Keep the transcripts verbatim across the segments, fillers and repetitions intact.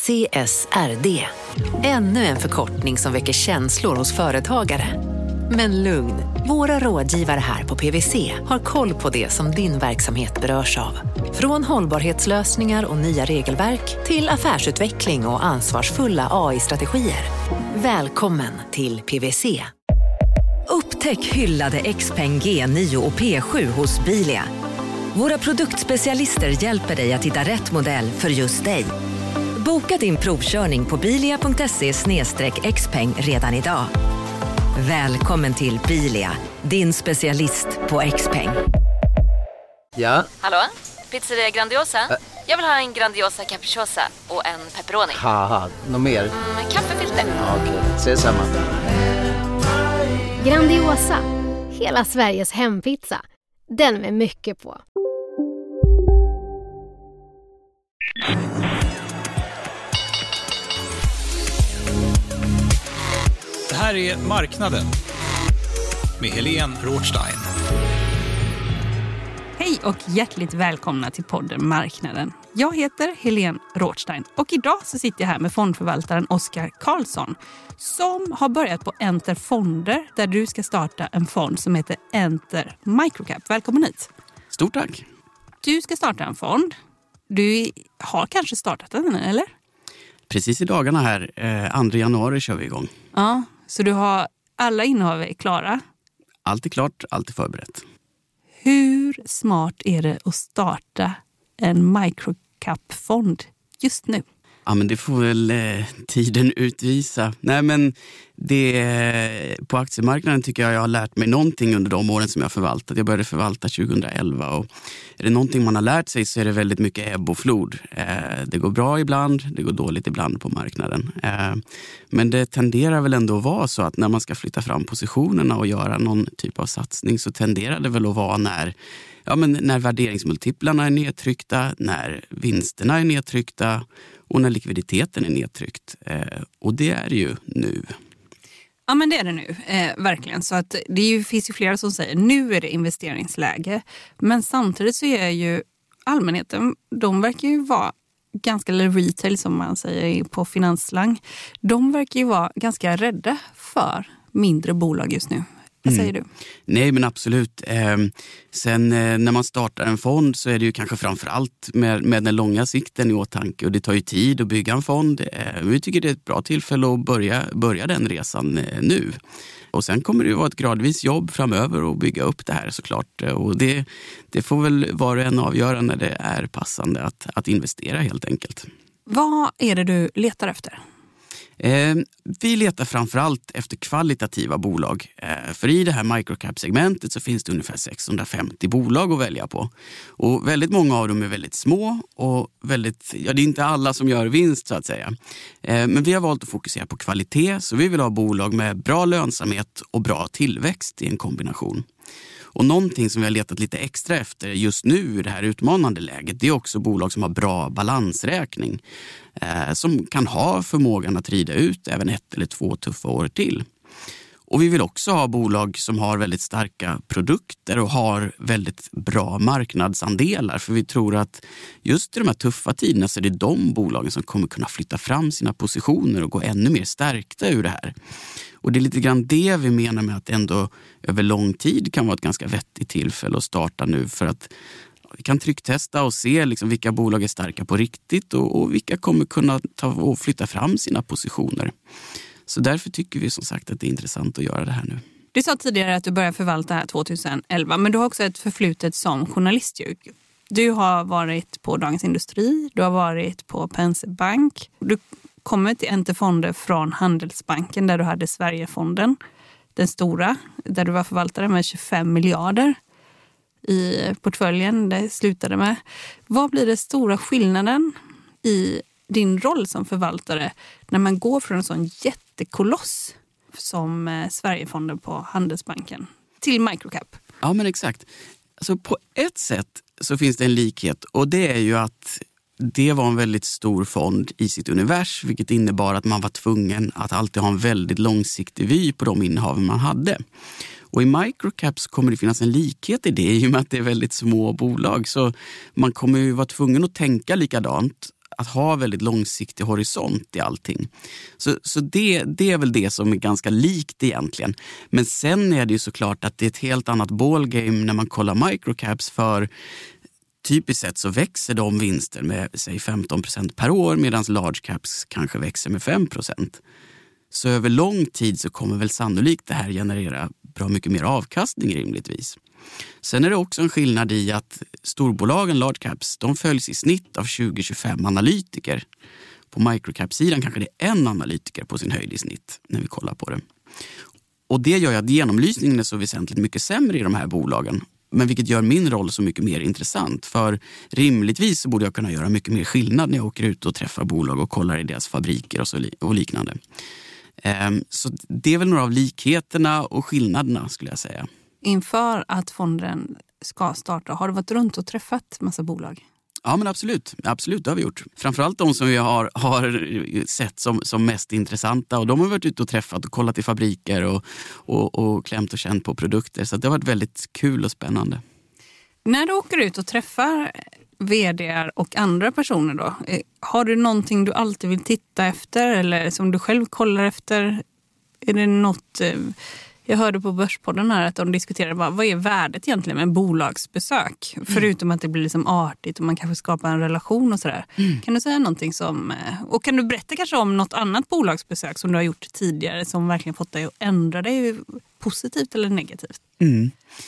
C S R D. Ännu en förkortning som väcker känslor hos företagare. Men lugn, våra rådgivare här på P W C har koll på det som din verksamhet berörs av. Från hållbarhetslösningar och nya regelverk till affärsutveckling och ansvarsfulla A I-strategier. Välkommen till P W C. Upptäck hyllade Xpeng G nio och P sju hos Bilia. Våra produktspecialister hjälper dig att hitta rätt modell för just dig. Boka din provkörning på bilia punkt se slash xpeng redan idag. Välkommen till Bilia, din specialist på Xpeng. Ja? Hallå? Pizzeria Grandiosa? Ä- Jag vill ha en Grandiosa capriciosa och en pepperoni. Haha, något mer? Mm, kaffefilter. Ja, okej, okay. Ses samma. Grandiosa, hela Sveriges hempizza. Den med mycket på. Det här är Marknaden med Helene Rothstein. Hej och hjärtligt välkomna till podden Marknaden. Jag heter Helene Rothstein och idag så sitter jag här med fondförvaltaren Oskar Karlsson som har börjat på Enter Fonder där du ska starta en fond som heter Enter Microcap. Välkommen hit. Stort tack. Du ska starta en fond. Du har kanske startat den, eller? Precis i dagarna här, eh, andra januari kör vi igång. Ja, så du har alla innehav är klara? Allt är klart, allt är förberett. Hur smart är det att starta en microcap-fond just nu? Ja, men det får väl eh, tiden utvisa. Nej, men det, på aktiemarknaden tycker jag jag har lärt mig någonting under de åren som jag har förvaltat. Jag började förvalta tjugoelva och är det någonting man har lärt sig så är det väldigt mycket ebb och flod. Eh, det går bra ibland, det går dåligt ibland på marknaden. Eh, men det tenderar väl ändå att vara så att när man ska flytta fram positionerna och göra någon typ av satsning så tenderar det väl att vara när Ja, men när värderingsmultiplarna är nedtryckta, när vinsterna är nedtryckta och när likviditeten är nedtryckt. Eh, och det är det ju nu. Ja, men det är det nu, eh, verkligen. Så att det är ju, finns ju flera som säger nu är det investeringsläge. Men samtidigt så är ju allmänheten, de verkar ju vara ganska, eller retail som man säger på finansslang, de verkar ju vara ganska rädda för mindre bolag just nu. Vad säger du? Mm. Nej, men absolut. Eh, sen eh, när man startar en fond så är det ju kanske framförallt med, med den långa sikten i åtanke. Och det tar ju tid att bygga en fond. Eh, vi tycker det är ett bra tillfälle att börja, börja den resan eh, nu. Och sen kommer det ju vara ett gradvis jobb framöver att bygga upp det här såklart. Och det, det får väl var och en avgöra när det är passande att, att investera helt enkelt. Vad är det du letar efter? Eh, vi letar framförallt efter kvalitativa bolag. Eh, för i det här microcap-segmentet så finns det ungefär sexhundrafemtio bolag att välja på. Och väldigt många av dem är väldigt små och väldigt, ja, det är inte alla som gör vinst så att säga. Eh, men vi har valt att fokusera på kvalitet, så vi vill ha bolag med bra lönsamhet och bra tillväxt i en kombination. Och någonting som vi har letat lite extra efter just nu i det här utmanande läget, det är också bolag som har bra balansräkning. Eh, som kan ha förmågan att rida ut även ett eller två tuffa år till. Och vi vill också ha bolag som har väldigt starka produkter och har väldigt bra marknadsandelar. För vi tror att just i de här tuffa tiderna så är det de bolagen som kommer kunna flytta fram sina positioner och gå ännu mer stärkta ur det här. Och det är lite grann det vi menar med att ändå över lång tid kan vara ett ganska vettigt tillfälle att starta nu. För att vi kan trycktesta och se liksom vilka bolag är starka på riktigt och, och vilka kommer kunna ta och flytta fram sina positioner. Så därför tycker vi som sagt att det är intressant att göra det här nu. Du sa tidigare att du började förvalta här tjugoelva, men du har också ett förflutet som journalist. Du har varit på Dagens Industri, du har varit på Penser Bank. Du kommer till Enter Fonder från Handelsbanken där du hade Sverigefonden, den stora, där du var förvaltare med tjugofem miljarder i portföljen. Det slutade med. Vad blir det stora skillnaden i din roll som förvaltare när man går från en sån jättekoloss som Sverigefonden på Handelsbanken till microcap? Ja, men exakt. Alltså på ett sätt så finns det en likhet och det är ju att det var en väldigt stor fond i sitt univers, vilket innebar att man var tvungen att alltid ha en väldigt långsiktig vy på de innehav man hade. Och i microcaps kommer det finnas en likhet i det i och med att det är väldigt små bolag. Så man kommer ju vara tvungen att tänka likadant. att ha väldigt långsiktig horisont i allting. Så, så det, det är väl det som är ganska likt egentligen. Men sen är det ju såklart att det är ett helt annat ballgame när man kollar microcaps, för typiskt sett så växer de vinster med säg femton procent per år medan large caps kanske växer med fem procent. Så över lång tid så kommer väl sannolikt det här generera bra mycket mer avkastning rimligtvis. Sen är det också en skillnad i att storbolagen, large caps, de följs i snitt av tjugo till tjugofem analytiker. På microcap-sidan kanske det är en analytiker på sin höjd i snitt när vi kollar på det. Och det gör ju att genomlysningen är så väsentligt mycket sämre i de här bolagen. Men vilket gör min roll så mycket mer intressant. För rimligtvis så borde jag kunna göra mycket mer skillnad när jag åker ut och träffar bolag och kollar i deras fabriker och, så li- och liknande. Um, så det är väl några av likheterna och skillnaderna skulle jag säga. Inför att fonden ska starta, har du varit runt och träffat massa bolag? Ja men absolut, absolut det har vi gjort. Framförallt de som vi har, har sett som, som mest intressanta, och de har varit ute och träffat och kollat i fabriker och, och, och klämt och känt på produkter. Så det har varit väldigt kul och spännande. När du åker ut och träffar vd:ar och andra personer då, har du någonting du alltid vill titta efter eller som du själv kollar efter? Är det något... Jag hörde på Börspodden här att de diskuterade bara, vad är värdet egentligen med en bolagsbesök? Mm. Förutom att det blir liksom artigt och man kanske skapar en relation och sådär. Mm. Kan du säga någonting som... Och kan du berätta kanske om något annat bolagsbesök som du har gjort tidigare som verkligen fått dig att ändra dig positivt eller negativt? Mm.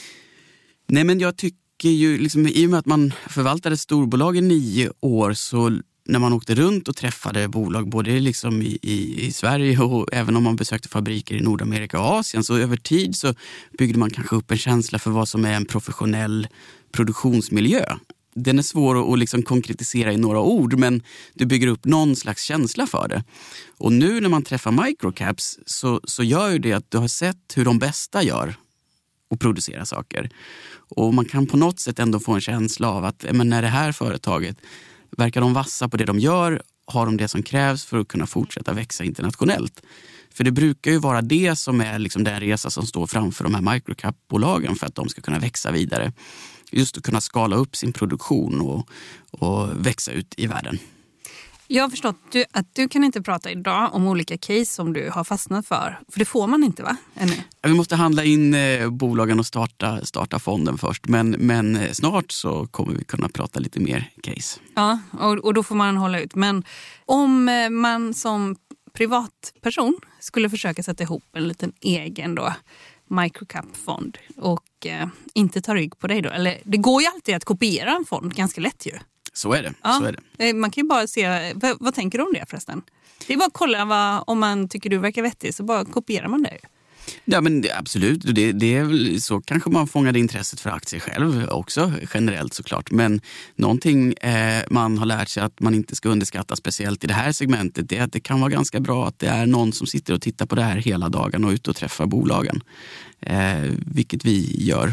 Nej men jag tycker ju, liksom, i och med att man förvaltade storbolag i nio år så... När man åkte runt och träffade bolag både liksom i, i, i Sverige och även om man besökte fabriker i Nordamerika och Asien, så över tid så byggde man kanske upp en känsla för vad som är en professionell produktionsmiljö. Den är svår att, att liksom konkretisera i några ord, men du bygger upp någon slags känsla för det. Och nu när man träffar microcaps så, så gör ju det att du har sett hur de bästa gör och producerar saker. Och man kan på något sätt ändå få en känsla av att men när det här företaget verkar de vassa på det de gör, har de det som krävs för att kunna fortsätta växa internationellt. För det brukar ju vara det som är liksom den resa som står framför de här microcap-bolagen för att de ska kunna växa vidare. Just att kunna skala upp sin produktion och, och växa ut i världen. Jag har förstått du, att du kan inte prata idag om olika case som du har fastnat för. För det får man inte, va? Ännu. Vi måste handla in eh, bolagen och starta, starta fonden först. Men, men eh, snart så kommer vi kunna prata lite mer case. Ja, och, och då får man hålla ut. Men om eh, man som privatperson skulle försöka sätta ihop en liten egen då microcap-fond och eh, inte ta rygg på dig då. Eller det går ju alltid att kopiera en fond ganska lätt ju. Så är det. Ja, så är det. Man kan ju bara se, vad, vad tänker du om det förresten? Det är bara att kolla vad, om man tycker du verkar vettig så bara kopierar man det. Ja men det, absolut, det, det är väl så kanske man fångade intresset för aktier själv också generellt såklart. Men någonting eh, man har lärt sig att man inte ska underskatta speciellt i det här segmentet, det är att det kan vara ganska bra att det är någon som sitter och tittar på det här hela dagen och ut och träffar bolagen. Eh, vilket vi gör.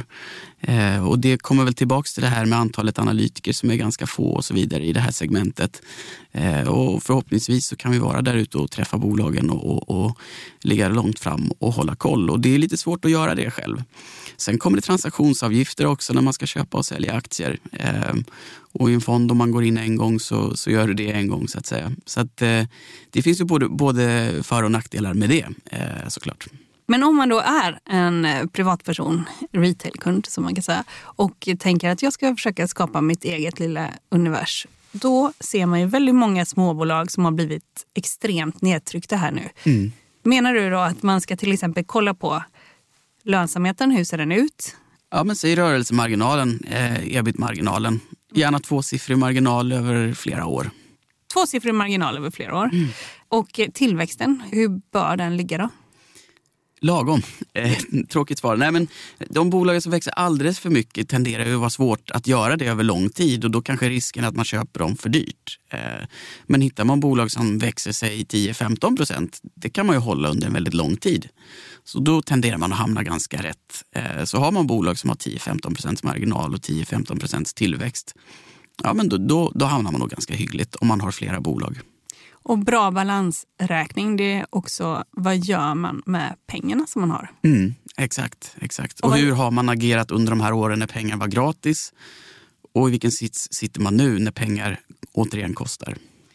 Eh, och det kommer väl tillbaks till det här med antalet analytiker som är ganska få och så vidare i det här segmentet. Eh, och förhoppningsvis så kan vi vara där ute och träffa bolagen och, och, och ligga långt fram och hålla koll. Och det är lite svårt att göra det själv. Sen kommer det transaktionsavgifter också när man ska köpa och sälja aktier. Eh, och i en fond om man går in en gång så, så gör du det en gång så att säga. Så att eh, det finns ju både, både för- och nackdelar med det eh, såklart. Men om man då är en privatperson, retailkund som man kan säga, och tänker att jag ska försöka skapa mitt eget lilla univers, då ser man ju väldigt många småbolag som har blivit extremt nedtryckta här nu. Mm. Menar du då att man ska till exempel kolla på lönsamheten, hur ser den ut? Ja, men säg rörelsemarginalen, eh, E B I T-marginalen. Gärna tvåsiffrig marginal över flera år. Tvåsiffrig marginal över flera år. Mm. Och tillväxten, hur bör den ligga då? Lagom. Eh, tråkigt svar. Nej, men de bolag som växer alldeles för mycket tenderar ju att vara svårt att göra det över lång tid och då kanske risken att man köper dem för dyrt. Eh, men hittar man bolag som växer sig tio till femton procent, det kan man ju hålla under en väldigt lång tid. Så då tenderar man att hamna ganska rätt. Eh, så har man bolag som har tio till femton procent marginal och tio till femton procent tillväxt, ja men då, då, då hamnar man nog ganska hyggligt om man har flera bolag. Och bra balansräkning, det är också vad gör man med pengarna som man har? Mm, exakt, exakt. Och, och hur har man agerat under de här åren när pengar var gratis? Och i vilken sits sitter man nu när pengar återigen kostar?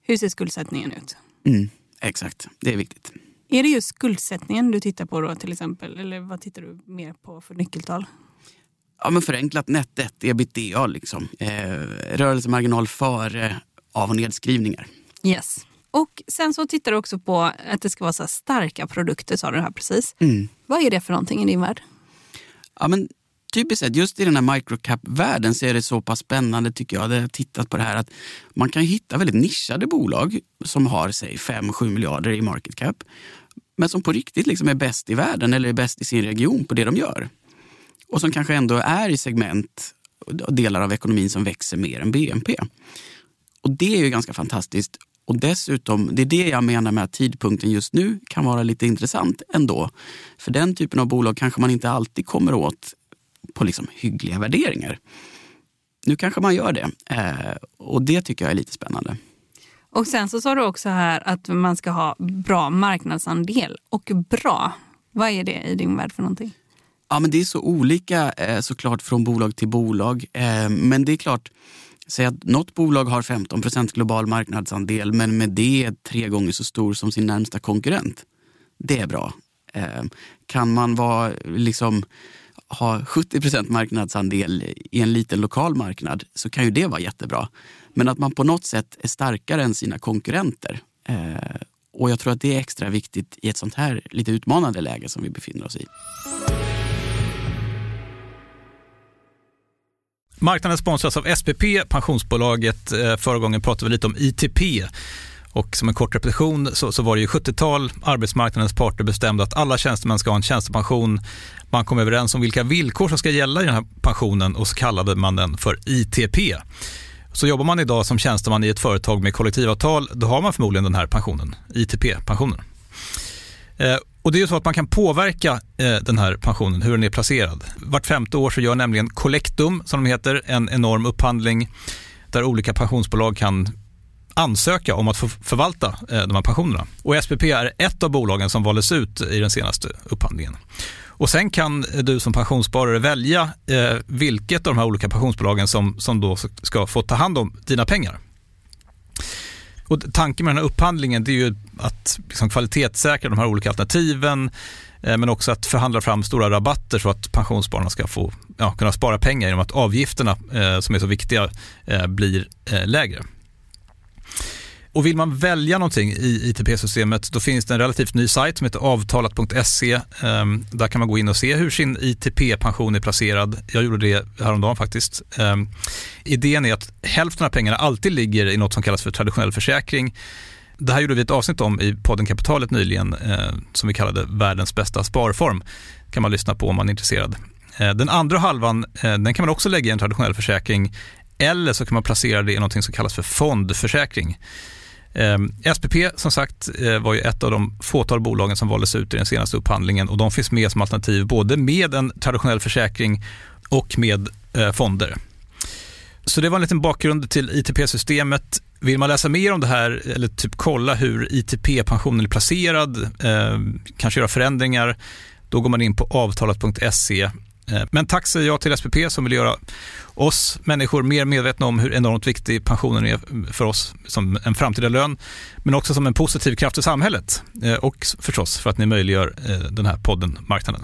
Hur ser skuldsättningen ut? Mm, exakt, det är viktigt. Är det just skuldsättningen du tittar på då till exempel? Eller vad tittar du mer på för nyckeltal? Ja, men förenklat net ett, ebitda liksom. Eh, rörelsemarginal före av- och nedskrivningar. Yes. Och sen så tittar du också på att det ska vara så här starka produkter, sa du här precis. Mm. Vad är det för någonting i din värld? Ja, men typiskt sett, just i den här microcap-världen så är det så pass spännande tycker jag. Jag har tittat på det här att man kan hitta väldigt nischade bolag som har, säg, fem sju miljarder i market cap. Men som på riktigt liksom är bäst i världen eller är bäst i sin region på det de gör. Och som kanske ändå är i segment och delar av ekonomin som växer mer än B N P. Och det är ju ganska fantastiskt. Och dessutom, det är det jag menar med att tidpunkten just nu kan vara lite intressant ändå. För den typen av bolag kanske man inte alltid kommer åt på liksom hyggliga värderingar. Nu kanske man gör det. Eh, och det tycker jag är lite spännande. Och sen så sa du också här att man ska ha bra marknadsandel. Och bra, vad är det i din värld för någonting? Ja, men det är så olika eh, såklart från bolag till bolag. Eh, men det är klart, säg att något bolag har femton procent global marknadsandel men med det är tre gånger så stor som sin närmsta konkurrent. Det är bra. Eh, kan man vara liksom ha sjuttio procent marknadsandel i en liten lokal marknad så kan ju det vara jättebra. Men att man på något sätt är starkare än sina konkurrenter. Eh, och jag tror att det är extra viktigt i ett sånt här lite utmanande läge som vi befinner oss i. Marknaden sponsras av S P P, pensionsbolaget. Förra gången pratade vi lite om I T P. Och som en kort repetition så, så var det ju sjuttiotal. Arbetsmarknadens parter bestämde att alla tjänstemän ska ha en tjänstepension. Man kom överens om vilka villkor som ska gälla i den här pensionen och så kallade man den för I T P. Så jobbar man idag som tjänsteman i ett företag med kollektivavtal, då har man förmodligen den här pensionen, I T P-pensionen. Eh, och det är ju så att man kan påverka eh, den här pensionen, hur den är placerad. Vart femte år så gör nämligen Collectum, som de heter, en enorm upphandling där olika pensionsbolag kan ansöka om att få förvalta eh, de här pensionerna. Och S P P är ett av bolagen som valdes ut i den senaste upphandlingen. Och sen kan du som pensionssparare välja eh, vilket av de här olika pensionsbolagen som, som då ska få ta hand om dina pengar. Och tanken med den här upphandlingen det är ju att liksom kvalitetssäkra de här olika alternativen eh, men också att förhandla fram stora rabatter så att pensionsspararna ska få ja, kunna spara pengar genom att avgifterna eh, som är så viktiga eh, blir eh, lägre. Och vill man välja någonting i I T P-systemet då finns det en relativt ny sajt som heter avtalat punkt se. Um, där kan man gå in och se hur sin I T P-pension är placerad. Jag gjorde det häromdagen faktiskt. Um, idén är att hälften av pengarna alltid ligger i något som kallas för traditionell försäkring. Det här gjorde vi ett avsnitt om i podden Kapitalet nyligen uh, som vi kallade världens bästa sparform. Kan man lyssna på om man är intresserad. Uh, den andra halvan uh, den kan man också lägga i en traditionell försäkring eller så kan man placera det i något som kallas för fondförsäkring. Um, S P P som sagt uh, var ju ett av de fåtal bolagen som valdes ut i den senaste upphandlingen och de finns med som alternativ både med en traditionell försäkring och med uh, fonder. Så det var en liten bakgrund till I T P-systemet. Vill man läsa mer om det här eller typ kolla hur I T P-pensionen är placerad, uh, kanske göra förändringar, då går man in på avtalat punkt se. Men tack säger jag till S P P som vill göra oss människor mer medvetna om hur enormt viktig pensionen är för oss som en framtida lön, men också som en positiv kraft i samhället och förstås för att ni möjliggör den här podden Marknaden.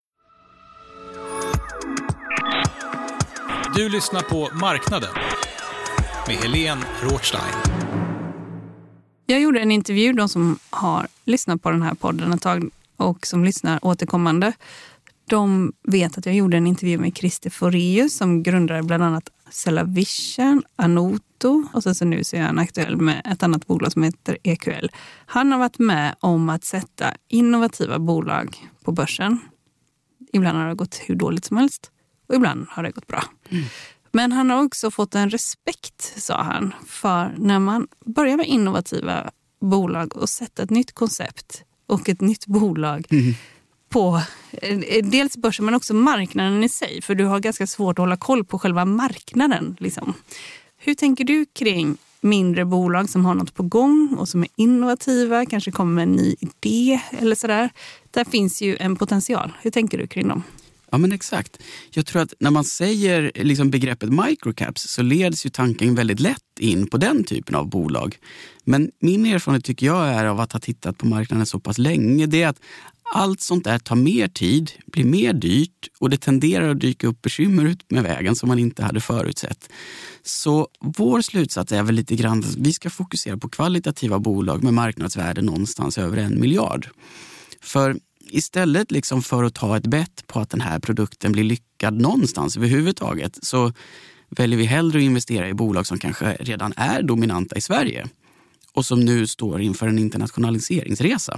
Du lyssnar på Marknaden med Helene Rothstein. Jag gjorde en intervju, de som har lyssnat på den här podden ett tag och som lyssnar återkommande. De vet att jag gjorde en intervju med Christer Foreus som grundade bland annat Cellavision, Anoto och så, så nu så är han aktuell med ett annat bolag som heter E Q L. Han har varit med om att sätta innovativa bolag på börsen. Ibland har det gått hur dåligt som helst och ibland har det gått bra. Mm. Men han har också fått en respekt, sa han, för när man börjar med innovativa bolag och sätta ett nytt koncept och ett nytt bolag mm. på dels börsen men också marknaden i sig. För du har ganska svårt att hålla koll på själva marknaden. Liksom. Hur tänker du kring mindre bolag som har något på gång och som är innovativa, kanske kommer med en ny idé eller sådär? Där finns ju en potential. Hur tänker du kring dem? Ja, men exakt. Jag tror att när man säger liksom begreppet microcaps så leds ju tanken väldigt lätt in på den typen av bolag. Men min erfarenhet tycker jag är av att ha tittat på marknaden så pass länge, det är att allt sånt där tar mer tid, blir mer dyrt och det tenderar att dyka upp bekymmer ut med vägen som man inte hade förutsett. Så vår slutsats är väl lite grann att vi ska fokusera på kvalitativa bolag med marknadsvärde någonstans över en miljard. För istället liksom för att ta ett bett på att den här produkten blir lyckad någonstans överhuvudtaget så väljer vi hellre att investera i bolag som kanske redan är dominanta i Sverige och som nu står inför en internationaliseringsresa.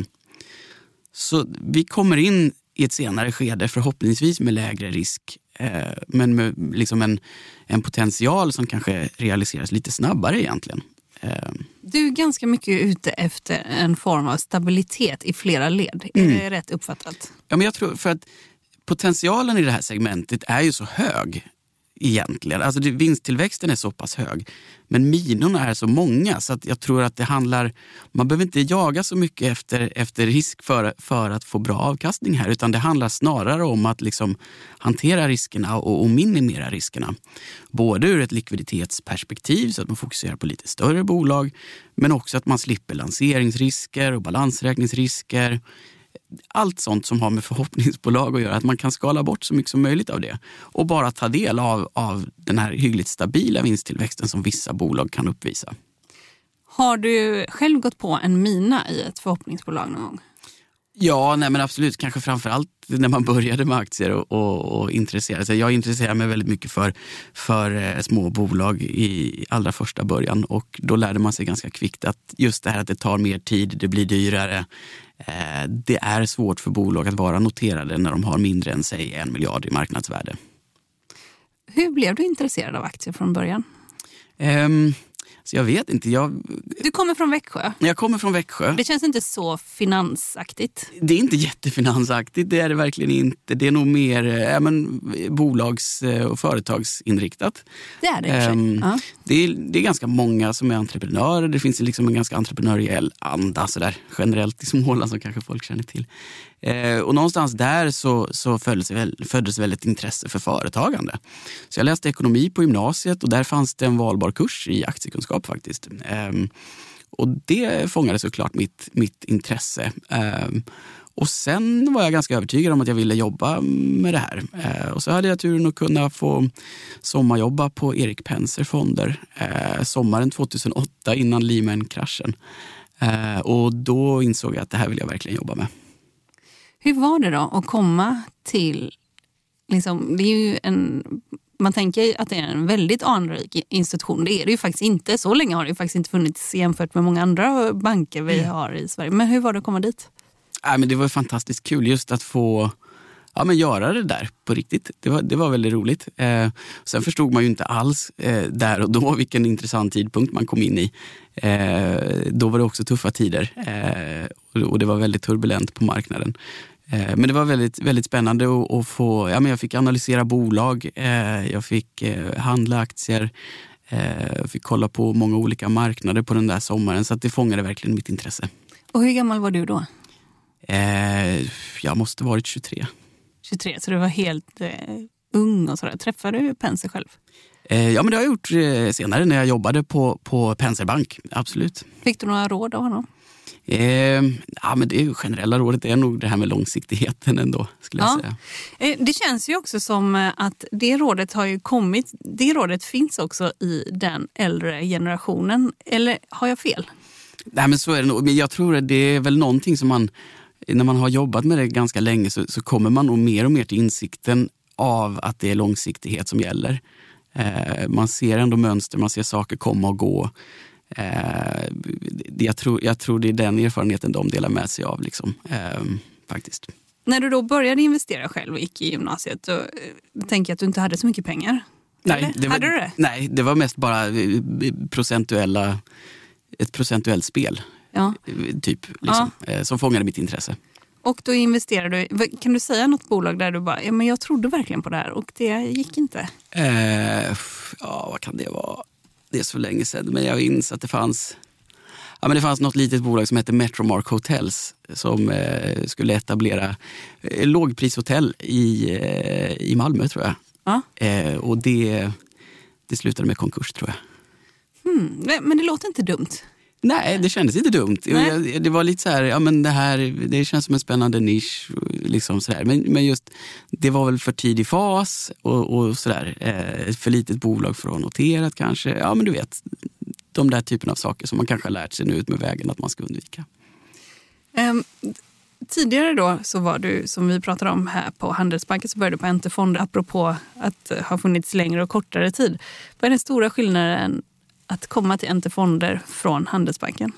Så vi kommer in i ett senare skede förhoppningsvis med lägre risk eh, men med liksom en, en potential som kanske realiseras lite snabbare egentligen. Eh. Du är ganska mycket ute efter en form av stabilitet i flera led. Är Mm. det rätt uppfattat? Ja, men jag tror för att potentialen i det här segmentet är ju så hög egentligen. Alltså det, vinsttillväxten är så pass hög. Men minorna är så många så att jag tror att det handlar... Man behöver inte jaga så mycket efter, efter risk för, för att få bra avkastning här. Utan det handlar snarare om att liksom hantera riskerna och, och minimera riskerna. Både ur ett likviditetsperspektiv så att man fokuserar på lite större bolag. Men också att man slipper lanseringsrisker och balansräkningsrisker. Allt sånt som har med förhoppningsbolag att göra, att man kan skala bort så mycket som möjligt av det och bara ta del av, av den här hyggligt stabila vinsttillväxten som vissa bolag kan uppvisa. Har du själv gått på en mina i ett förhoppningsbolag någon gång? Ja, nej men absolut. Kanske framförallt när man började med aktier och, och, och intresserade sig. Jag intresserar mig väldigt mycket för, för eh, små bolag i allra första början och då lärde man sig ganska kvickt att just det här att det tar mer tid, det blir dyrare. Eh, det är svårt för bolag att vara noterade när de har mindre än säg en miljard i marknadsvärde. Hur blev du intresserad av aktier från början? Um, så jag vet inte. Jag, Du kommer från Växjö. jag kommer från Växjö. Det känns inte så finansaktigt. Det är inte jättefinansaktigt, det är det verkligen inte. Det är nog mer ja, men, bolags- och företagsinriktat. Det är det i och för sig. Um, Ja. det, är, det är ganska många som är entreprenörer. Det finns liksom en ganska entreprenöriell anda så där, generellt i Småland som kanske folk känner till. Eh, och någonstans där så, så föddes, väl, föddes väl ett intresse för företagande. Så jag läste ekonomi på gymnasiet och där fanns det en valbar kurs i aktiekunskap faktiskt. Eh, och det fångade såklart mitt, mitt intresse. Eh, och sen var jag ganska övertygad om att jag ville jobba med det här. Eh, och så hade jag turen att kunna få sommarjobba på Erik Penser fonder eh, sommaren tjugohundraåtta innan Lehman-kraschen. Eh, och då insåg jag att det här vill jag verkligen jobba med. Hur var det då att komma till, liksom, det är ju en, man tänker att det är en väldigt anrik institution. Det är det ju faktiskt inte. Så länge har det ju faktiskt inte funnits jämfört med många andra banker vi har i Sverige. Men hur var det att komma dit? Ja, men det var fantastiskt kul just att få ja, men göra det där på riktigt. Det var, det var väldigt roligt. Eh, sen förstod man ju inte alls eh, där och då vilken intressant tidpunkt man kom in i. Eh, då var det också tuffa tider eh, och det var väldigt turbulent på marknaden. Eh, men det var väldigt, väldigt spännande att, att få, ja, men jag fick analysera bolag, eh, jag fick eh, handla aktier, eh, jag fick kolla på många olika marknader på den där sommaren så att det fångade verkligen mitt intresse. Och hur gammal var du då? Eh, jag måste ha varit tjugotre. tjugotre, så du var helt eh, ung och sådär. Träffade du Penser själv? Eh, ja, men det har jag gjort eh, senare när jag jobbade på, på Penser Bank, absolut. Fick du några råd av honom? Eh, ja, men det generella rådet är nog det här med långsiktigheten ändå, skulle jag Ja. säga. Eh, det känns ju också som att det rådet har ju kommit, det rådet finns också i den äldre generationen. Eller har jag fel? Nej, men så är det nog. Men jag tror att det är väl någonting som man, när man har jobbat med det ganska länge så, så kommer man nog mer och mer till insikten av att det är långsiktighet som gäller. Eh, man ser ändå mönster, man ser saker komma och gå. Eh, jag, tror, jag tror det är den erfarenheten de delar med sig av liksom, eh, faktiskt. När du då började investera själv och gick i gymnasiet, då eh, tänker jag att du inte hade så mycket pengar. Nej, det var, hade du det? Nej, det var mest bara procentuella, ett procentuellt spel. Ja. Typ, liksom, ja. Som fångade mitt intresse. Och då investerade du, kan du säga något bolag där du bara, ja men jag trodde verkligen på det här och det gick inte? Eh, ja, vad kan det vara? Det är så länge sedan, men jag inser att det fanns, ja, men det fanns något litet bolag som hette Metromark Hotels som eh, skulle etablera eh, lågprishotell i, eh, i Malmö, tror jag. Ja. Eh, och det, det slutade med konkurs, tror jag. Hmm, men det låter inte dumt. Nej, det kändes inte dumt. Jag, det var lite så här, ja men det här, det känns som en spännande nisch liksom så där. Men, men just, det var väl för tidig fas och, och så där. Eh, för litet bolag för att noterat kanske. Ja, men du vet, de där typen av saker som man kanske har lärt sig nu ut med vägen att man ska undvika. Um, tidigare då så var du, som vi pratade om här på Handelsbanken, så började du på Enter Fonder apropå att ha funnits längre och kortare tid. Vad är den stora skillnaden att komma till Enter Fonder från Handelsbanken?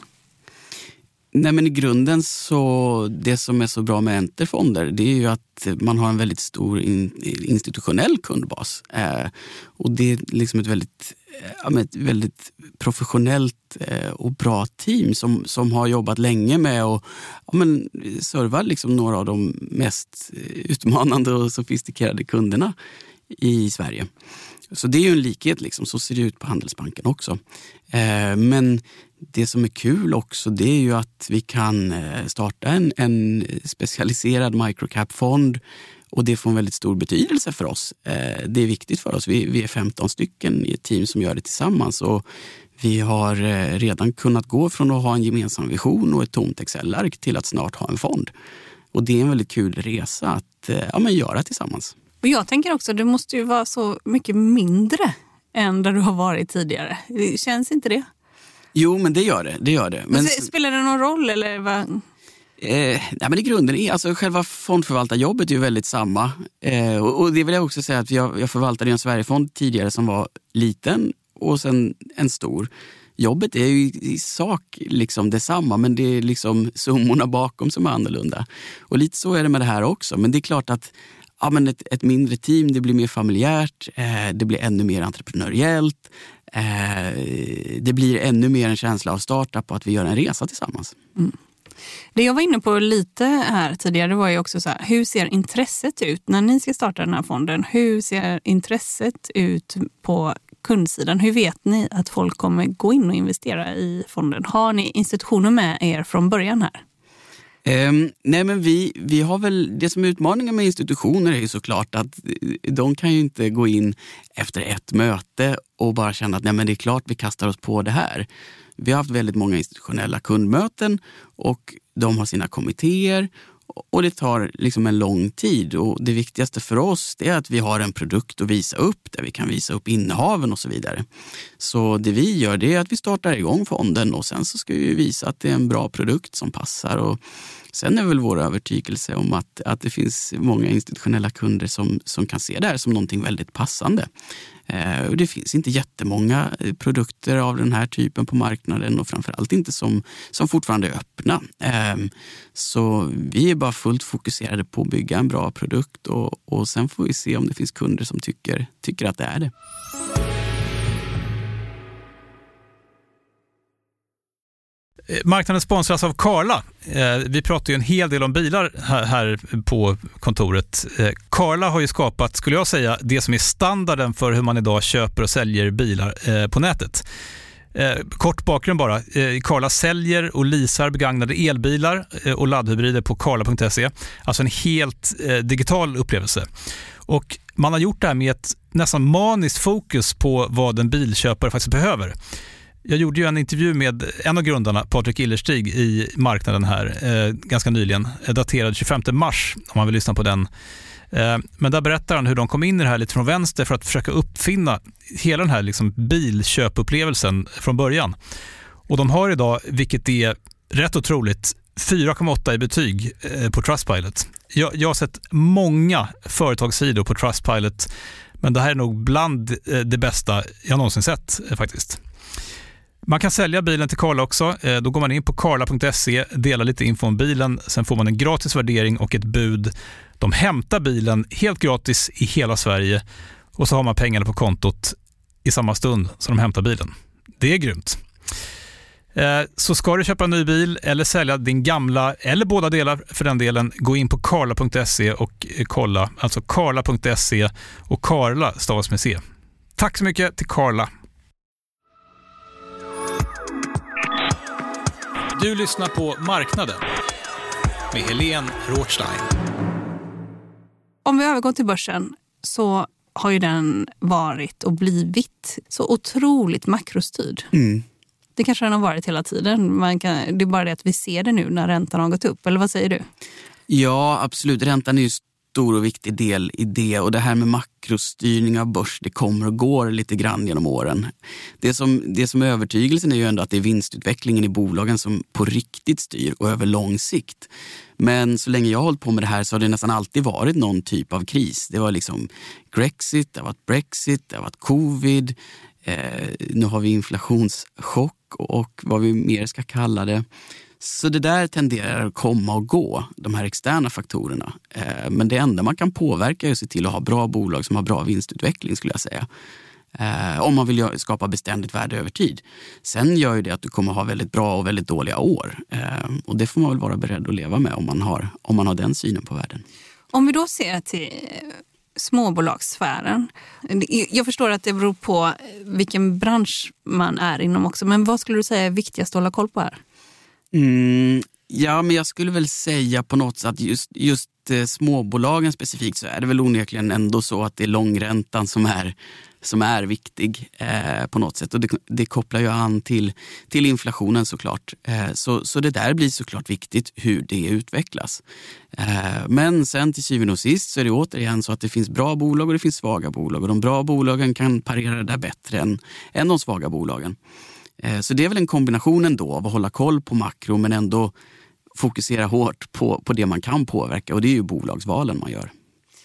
Nej, men i grunden så det som är så bra med Enter Fonder, det är ju att man har en väldigt stor in, institutionell kundbas. Eh, och det är liksom ett väldigt, ja, ett väldigt professionellt eh, och bra team som, som har jobbat länge med att ja, men, serva liksom några av de mest utmanande och sofistikerade kunderna i Sverige. Så det är ju en likhet, liksom. Så ser det ut på Handelsbanken också. Eh, men det som är kul också, det är ju att vi kan starta en, en specialiserad microcap-fond och det får en väldigt stor betydelse för oss. Eh, det är viktigt för oss. Vi, vi är femton stycken i ett team som gör det tillsammans och vi har redan kunnat gå från att ha en gemensam vision och ett tomt Excel-ark till att snart ha en fond. Och det är en väldigt kul resa att ja, men göra tillsammans. Och jag tänker också, det måste ju vara så mycket mindre än där du har varit tidigare. Känns inte det? Jo, men det gör det. det, gör det. Men, spelar det någon roll? Eller vad? Eh, nej, men i grunden är alltså själva fondförvaltarjobbet är ju väldigt samma. Eh, och, och det vill jag också säga att jag, jag förvaltade en Sverigefond tidigare som var liten och sen en stor. Jobbet är ju i sak liksom detsamma, men det är liksom summorna bakom som är annorlunda. Och lite så är det med det här också. Men det är klart att ja, men ett, ett mindre team, det blir mer familjärt, eh, det blir ännu mer entreprenöriellt. Eh, det blir ännu mer en känsla av startup på att vi gör en resa tillsammans. Mm. Det jag var inne på lite här tidigare var ju också så här, hur ser intresset ut när ni ska starta den här fonden? Hur ser intresset ut på kundsidan? Hur vet ni att folk kommer gå in och investera i fonden? Har ni institutioner med er från början här? Um, nej men vi, vi har väl, det som är utmaningen med institutioner är ju såklart att de kan ju inte gå in efter ett möte och bara känna att nej men det är klart vi kastar oss på det här. Vi har haft väldigt många institutionella kundmöten och de har sina kommittéer och det tar liksom en lång tid och det viktigaste för oss det är att vi har en produkt att visa upp där vi kan visa upp innehaven och så vidare. Så det vi gör det är att vi startar igång fonden och sen så ska vi visa att det är en bra produkt som passar och sen är väl vår övertygelse om att, att det finns många institutionella kunder som, som kan se det här som någonting väldigt passande. Eh, och det finns inte jättemånga produkter av den här typen på marknaden och framförallt inte som, som fortfarande är öppna. Eh, så vi är bara fullt fokuserade på att bygga en bra produkt och, och sen får vi se om det finns kunder som tycker, tycker att det är det. Marknaden sponsras av Carla. Vi pratar ju en hel del om bilar här på kontoret. Carla har ju skapat, skulle jag säga, det som är standarden för hur man idag köper och säljer bilar på nätet. Kort bakgrund bara. Carla säljer och leasar begagnade elbilar och laddhybrider på carla punkt se. Alltså en helt digital upplevelse. Och man har gjort det här med ett nästan maniskt fokus på vad en bilköpare faktiskt behöver. Jag gjorde ju en intervju med en av grundarna, Patrik Illerstig, i marknaden här eh, ganska nyligen, daterad tjugofemte mars om man vill lyssna på den. Eh, men där berättar han hur de kom in i det här lite från vänster för att försöka uppfinna hela den här liksom bilköpupplevelsen från början. Och de har idag, vilket är rätt otroligt, fyra komma åtta i betyg eh, på Trustpilot. Jag, jag har sett många företagssidor på Trustpilot, men det här är nog bland eh, det bästa jag någonsin sett eh, faktiskt. Man kan sälja bilen till Carla också. Då går man in på carla punkt se, delar lite info om bilen. Sen får man en gratis värdering och ett bud. De hämtar bilen helt gratis i hela Sverige. Och så har man pengarna på kontot i samma stund som de hämtar bilen. Det är grymt. Så ska du köpa en ny bil eller sälja din gamla, eller båda delar för den delen, gå in på carla punkt se och kolla. Alltså carla punkt se och Carla stavas med C. Tack så mycket till Carla. Du lyssnar på Marknaden med Helene Rothstein. Om vi övergår till börsen så har ju den varit och blivit så otroligt makrostyrd. Mm. Det kanske den har varit hela tiden. Man kan, det är bara det att vi ser det nu när räntan har gått upp. Eller vad säger du? Ja, absolut. Räntan är ju stor och viktig del i det. Och det här med makrostyrning av börs, det kommer och går lite grann genom åren. Det som, det som är övertygelsen är ju ändå att det är vinstutvecklingen i bolagen som på riktigt styr och över lång sikt. Men så länge jag har hållit på med det här så har det nästan alltid varit någon typ av kris. Det var liksom Grexit, det har varit Brexit, det har varit covid. Eh, nu har vi inflationschock och vad vi mer ska kalla det. Så det där tenderar att komma och gå, de här externa faktorerna. Eh, men det enda man kan påverka är att se till att ha bra bolag som har bra vinstutveckling, skulle jag säga. Eh, om man vill skapa beständigt värde över tid. Sen gör ju det att du kommer ha väldigt bra och väldigt dåliga år. Eh, och det får man väl vara beredd att leva med om man har, om man har den synen på världen. Om vi då ser till småbolagssfären. Jag förstår att det beror på vilken bransch man är inom också. Men vad skulle du säga är viktigast att hålla koll på här? Mm, ja, men jag skulle väl säga på något sätt att just, just eh, småbolagen specifikt så är det väl onekligen ändå så att det är långräntan som är, som är viktig eh, på något sätt. Och det, det kopplar ju an till, till inflationen såklart. Eh, så, så det där blir såklart viktigt hur det utvecklas. Eh, men sen till syvende och sist så är det återigen så att det finns bra bolag och det finns svaga bolag. Och de bra bolagen kan parera det där bättre än, än de svaga bolagen. Så det är väl en kombination ändå av att hålla koll på makro men ändå fokusera hårt på, på det man kan påverka, och det är ju bolagsvalen man gör.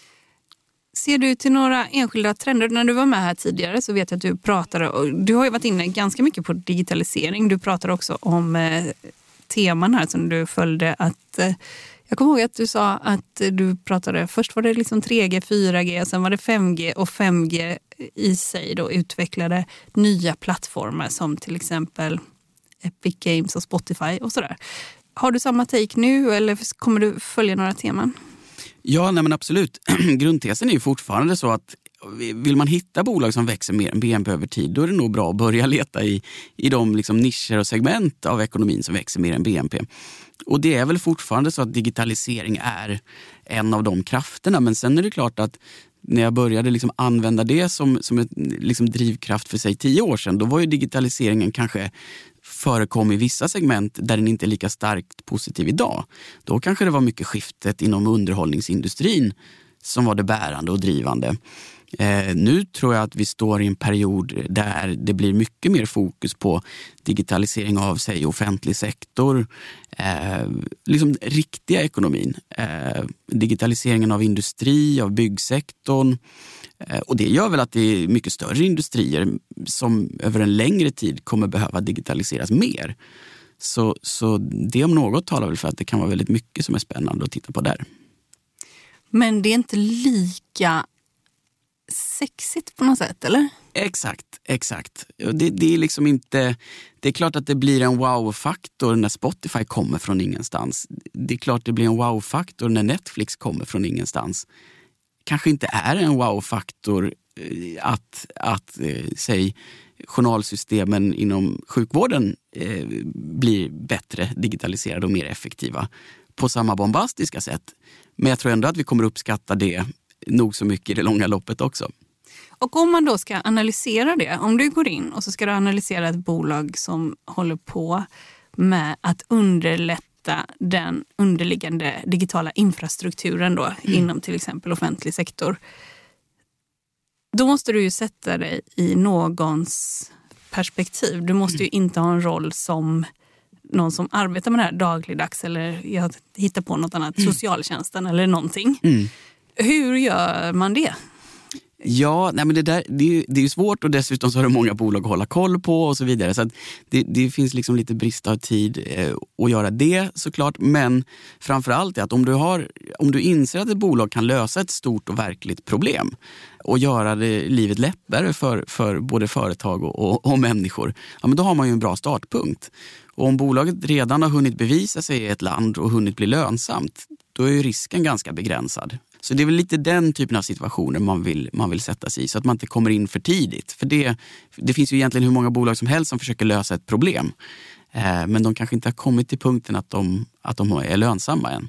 Ser du till några enskilda trender? När du var med här tidigare så vet jag att du pratade, och du har ju varit inne ganska mycket på digitalisering. Du pratade också om eh, teman här som du följde. Att, eh, jag kommer ihåg att du sa att du pratade, först var det liksom tre G, fyra G, sen var det fem G, och fem G i sig då utvecklade nya plattformar som till exempel Epic Games och Spotify och sådär. Har du samma take nu eller kommer du följa några teman? Ja, nej men absolut. Grundtesen är ju fortfarande så att vill man hitta bolag som växer mer än B N P över tid, då är det nog bra att börja leta i, i de liksom nischer och segment av ekonomin som växer mer än B N P. Och det är väl fortfarande så att digitalisering är en av de krafterna. Men sen är det klart att när jag började liksom använda det som, som ett liksom drivkraft för sig tio år sedan, då var ju digitaliseringen kanske förekom i vissa segment där den inte är lika starkt positiv idag. Då kanske det var mycket skiftet inom underhållningsindustrin som var det bärande och drivande. Eh, nu tror jag att vi står i en period där det blir mycket mer fokus på digitalisering av sig offentlig sektor, eh, liksom riktiga ekonomin. Eh, digitaliseringen av industri, av byggsektorn. Eh, och det gör väl att det är mycket större industrier som över en längre tid kommer behöva digitaliseras mer. Så, så det om något talar väl för att det kan vara väldigt mycket som är spännande att titta på där. Men det är inte lika sexigt på något sätt, eller? Exakt, exakt. Det, det är liksom inte... Det är klart att det blir en wow-faktor när Spotify kommer från ingenstans. Det är klart det blir en wow-faktor när Netflix kommer från ingenstans. Kanske inte är en wow-faktor att, att eh, säg, journalsystemen inom sjukvården eh, blir bättre digitaliserade och mer effektiva på samma bombastiska sätt. Men jag tror ändå att vi kommer uppskatta det nog så mycket i det långa loppet också. Och om man då ska analysera det, om du går in och så ska du analysera ett bolag som håller på med att underlätta den underliggande digitala infrastrukturen då, mm. inom till exempel offentlig sektor. Då måste du ju sätta dig i någons perspektiv. Du måste ju inte ha en roll som någon som arbetar med det här dagligdags, eller jag hittar på något annat, mm. socialtjänsten eller någonting. Mm. Hur gör man det? Ja, nej men det, där, det, är ju, det är ju svårt, och dessutom så har det många bolag att hålla koll på och så vidare. Så att det, det finns liksom lite brist av tid eh, att göra det såklart. Men framförallt är att om du, har, om du inser att ett bolag kan lösa ett stort och verkligt problem och göra det, livet lättare för, för både företag och, och, och människor, ja, men då har man ju en bra startpunkt. Och om bolaget redan har hunnit bevisa sig i ett land och hunnit bli lönsamt, då är ju risken ganska begränsad. Så det är väl lite den typen av situationer man vill, man vill sätta sig i, så att man inte kommer in för tidigt. För det, det finns ju egentligen hur många bolag som helst som försöker lösa ett problem. Eh, men de kanske inte har kommit till punkten att de, att de är lönsamma än.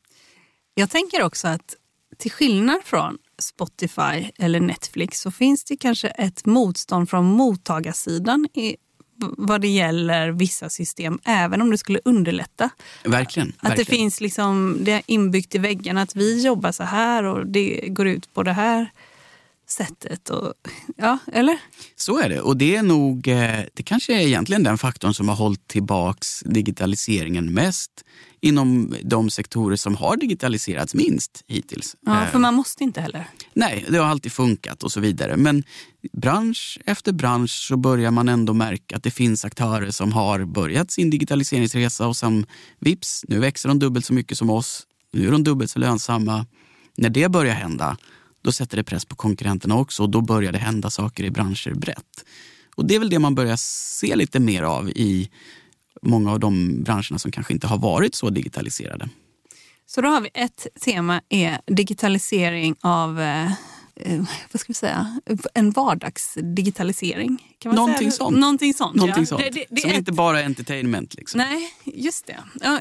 Jag tänker också att till skillnad från Spotify eller Netflix så finns det kanske ett motstånd från mottagarsidan i vad det gäller vissa system, även om det skulle underlätta. Verkligen. Att verkligen. det finns liksom, det är inbyggt i väggen att vi jobbar så här och det går ut på det här sättet. Och, ja, eller? Så är det. Och det är nog, det kanske är egentligen den faktorn som har hållit tillbaks digitaliseringen mest inom de sektorer som har digitaliserats minst hittills. Ja, för man måste inte heller. Nej, det har alltid funkat och så vidare. Men bransch efter bransch så börjar man ändå märka att det finns aktörer som har börjat sin digitaliseringsresa och som vips, nu växer de dubbelt så mycket som oss. Nu är de dubbelt så lönsamma. När det börjar hända, då sätter det press på konkurrenterna också och då börjar det hända saker i branscher brett. Och det är väl det man börjar se lite mer av i många av de branscherna som kanske inte har varit så digitaliserade. Så då har vi ett tema är digitalisering av, eh, vad ska vi säga, en vardagsdigitalisering. Kan man Någonting säga? sånt. Någonting sånt. Någonting ja. sånt. Det, det, det som är inte ett... bara är entertainment. Liksom. Nej, just det. Ja,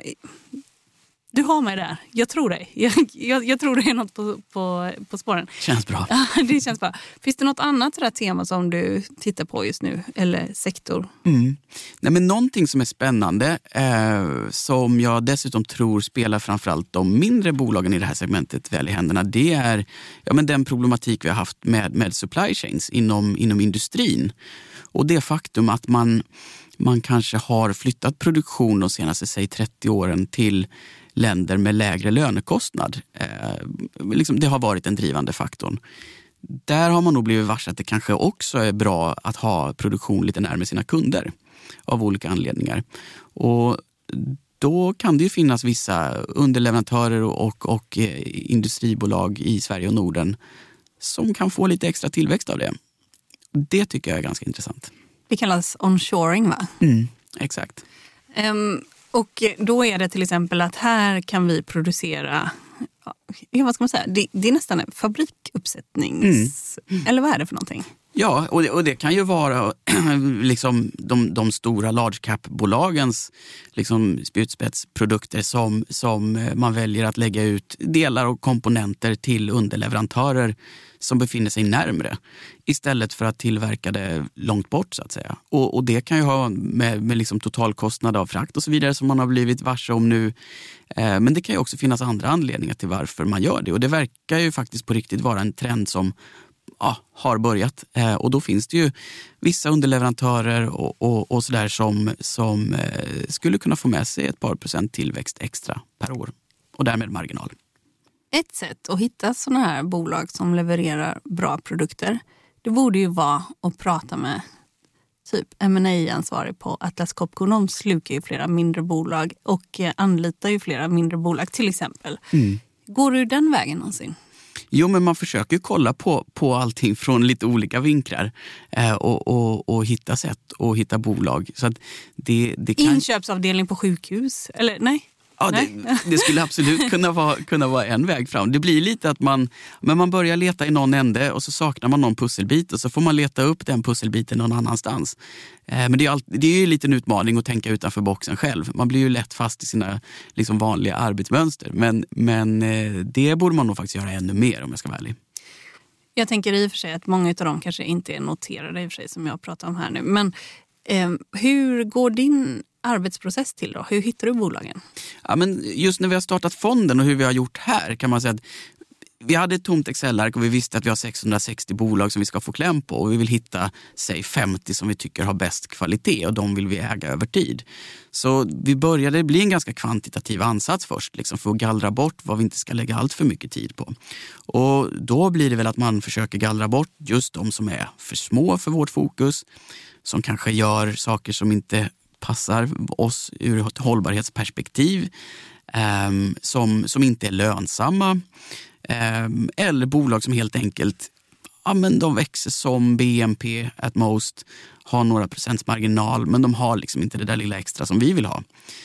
du har mig där. Jag tror dig. Jag, jag, jag tror det är något på, på, på spåren. Känns bra. Ja, det känns bra. Finns det något annat sådär tema som du tittar på just nu? Eller sektor? Mm. Nej, men någonting som är spännande eh, som jag dessutom tror spelar framförallt de mindre bolagen i det här segmentet väl i händerna, det är ja, men den problematik vi har haft med, med supply chains inom, inom industrin. Och det faktum att man, man kanske har flyttat produktion de senaste säg, trettio åren till länder med lägre lönekostnad. Eh, liksom det har varit en drivande faktorn. Där har man nog blivit varse att det kanske också är bra att ha produktion lite närmare sina kunder av olika anledningar. Och då kan det ju finnas vissa underleverantörer och, och, och industribolag i Sverige och Norden som kan få lite extra tillväxt av det. Det tycker jag är ganska intressant. Det kallas onshoring, va? Mm, exakt. Um, och då är det till exempel att här kan vi producera, ja, vad ska man säga, det, det är nästan en fabrikuppsättnings... Mm. Eller vad är det för någonting? Ja, och det, och det kan ju vara liksom de, de stora large cap-bolagens liksom spjutspetsprodukter som, som man väljer att lägga ut delar och komponenter till underleverantörer som befinner sig närmre istället för att tillverka det långt bort så att säga. Och, och det kan ju ha med, med liksom totalkostnad av frakt och så vidare som man har blivit varse om nu. Eh, men det kan ju också finnas andra anledningar till varför man gör det och det verkar ju faktiskt på riktigt vara en trend som ja, har börjat. Eh, och då finns det ju vissa underleverantörer och, och, och sådär som, som eh, skulle kunna få med sig ett par procent tillväxt extra per år och därmed marginal. Ett sätt att hitta sådana här bolag som levererar bra produkter, det borde ju vara att prata med typ M and A-ansvarig på Atlas Copco. De slukar ju flera mindre bolag och anlitar ju flera mindre bolag till exempel. Mm. Går du den vägen någonsin? Jo, men man försöker ju kolla på, på allting från lite olika vinklar eh, och, och, och hitta sätt och hitta bolag. Så att det, det kan... Inköpsavdelning på sjukhus? Eller nej? Ja, det, det skulle absolut kunna vara, kunna vara en väg fram. Det blir lite att man, men man börjar leta i någon ände och så saknar man någon pusselbit och så får man leta upp den pusselbiten någon annanstans. Eh, men det är, alltid, det är ju lite en utmaning att tänka utanför boxen själv. Man blir ju lätt fast i sina liksom, vanliga arbetsmönster. Men, men eh, det borde man nog faktiskt göra ännu mer om jag ska vara ärlig. Jag tänker i och för sig att många av dem kanske inte är noterade i och för sig som jag pratar om här nu. Men eh, hur går din arbetsprocess till då? Hur hittar du bolagen? Ja, men just när vi har startat fonden och hur vi har gjort här kan man säga att vi hade ett tomt Excel-ark och vi visste att vi har sexhundrasextio bolag som vi ska få kläm på och vi vill hitta, säg femtio som vi tycker har bäst kvalitet och de vill vi äga över tid. Så vi började bli en ganska kvantitativ ansats först liksom för att gallra bort vad vi inte ska lägga allt för mycket tid på. Och då blir det väl att man försöker gallra bort just de som är för små för vårt fokus, som kanske gör saker som inte passar oss ur ett hållbarhetsperspektiv, eh, som, som inte är lönsamma. Eh, eller bolag som helt enkelt ja, men de växer som B N P at most, har några procents marginal men de har liksom inte det där lilla extra som vi vill ha.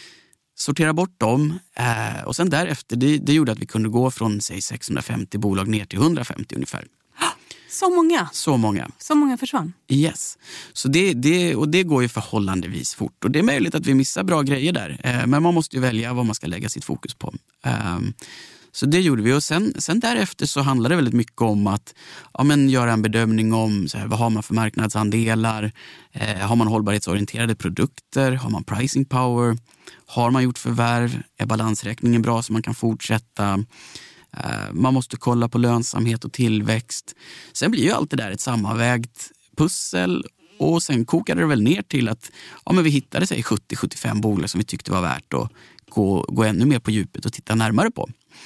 Sortera bort dem eh, och sen därefter, det, det gjorde att vi kunde gå från säg sexhundrafemtio bolag ner till hundrafemtio ungefär. Så många? Så många. Så många försvann? Yes. Så det, det, och det går ju förhållandevis fort. Och det är möjligt att vi missar bra grejer där. Eh, men man måste ju välja vad man ska lägga sitt fokus på. Eh, så det gjorde vi. Och sen, sen därefter så handlar det väldigt mycket om att ja, men göra en bedömning om så här, vad har man för marknadsandelar. Eh, har man hållbarhetsorienterade produkter? Har man pricing power? Har man gjort förvärv? Är balansräkningen bra så man kan fortsätta? Man måste kolla på lönsamhet och tillväxt. Sen blir ju allt det där ett sammanvägt pussel och sen kokade det väl ner till att ja, men vi hittade sig sjuttio till sjuttiofem bolag som vi tyckte var värt att gå, gå ännu mer på djupet och titta närmare på.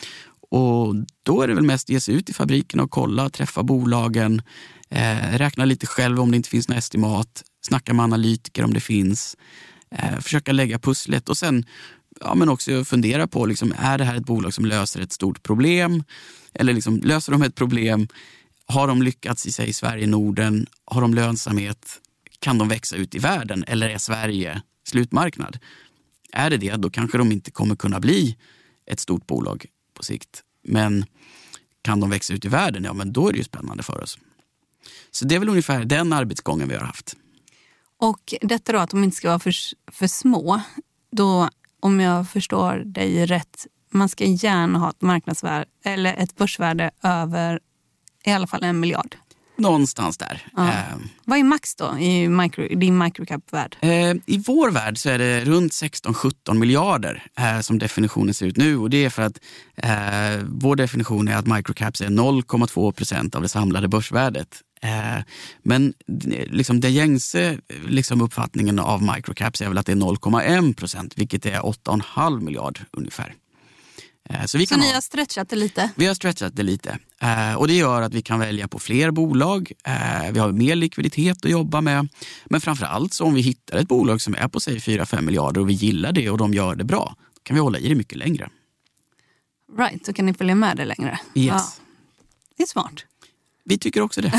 Och då är det väl mest ge sig ut i fabriken och kolla, träffa bolagen, eh, räkna lite själv om det inte finns något estimat, snacka med analytiker om det finns, eh, försöka lägga pusslet och sen ja, men också fundera på, liksom, är det här ett bolag som löser ett stort problem? Eller liksom, löser de ett problem? Har de lyckats i sig i Sverige, Norden? Har de lönsamhet? Kan de växa ut i världen? Eller är Sverige slutmarknad? Är det det, då kanske de inte kommer kunna bli ett stort bolag på sikt. Men kan de växa ut i världen? Ja, men då är det ju spännande för oss. Så det är väl ungefär den arbetsgången vi har haft. Och detta då att de inte ska vara för, för små, då om jag förstår dig rätt, man ska gärna ha ett marknadsvärde eller ett börsvärde över i alla fall en miljard. Någonstans där. Ja. Eh, Vad är max då i micro, din microcap-värld? Eh, I vår värld så är det runt sexton sjutton miljarder eh, som definitionen ser ut nu. Och det är för att eh, vår definition är att microcaps är noll komma två procent av det samlade börsvärdet. Eh, men liksom det gängse liksom uppfattningen av microcaps är väl att det är noll komma en procent, vilket är åtta komma fem miljard ungefär. Eh, så vi så kan ni ha, har stretchat det lite? Vi har stretchat det lite. Eh, och det gör att vi kan välja på fler bolag. Eh, vi har mer likviditet att jobba med. Men framförallt så om vi hittar ett bolag som är på sig fyra till fem miljarder och vi gillar det och de gör det bra, då kan vi hålla i det mycket längre. Right, så kan ni följa med det längre. Yes. Ja. Det är smart. Vi tycker också det.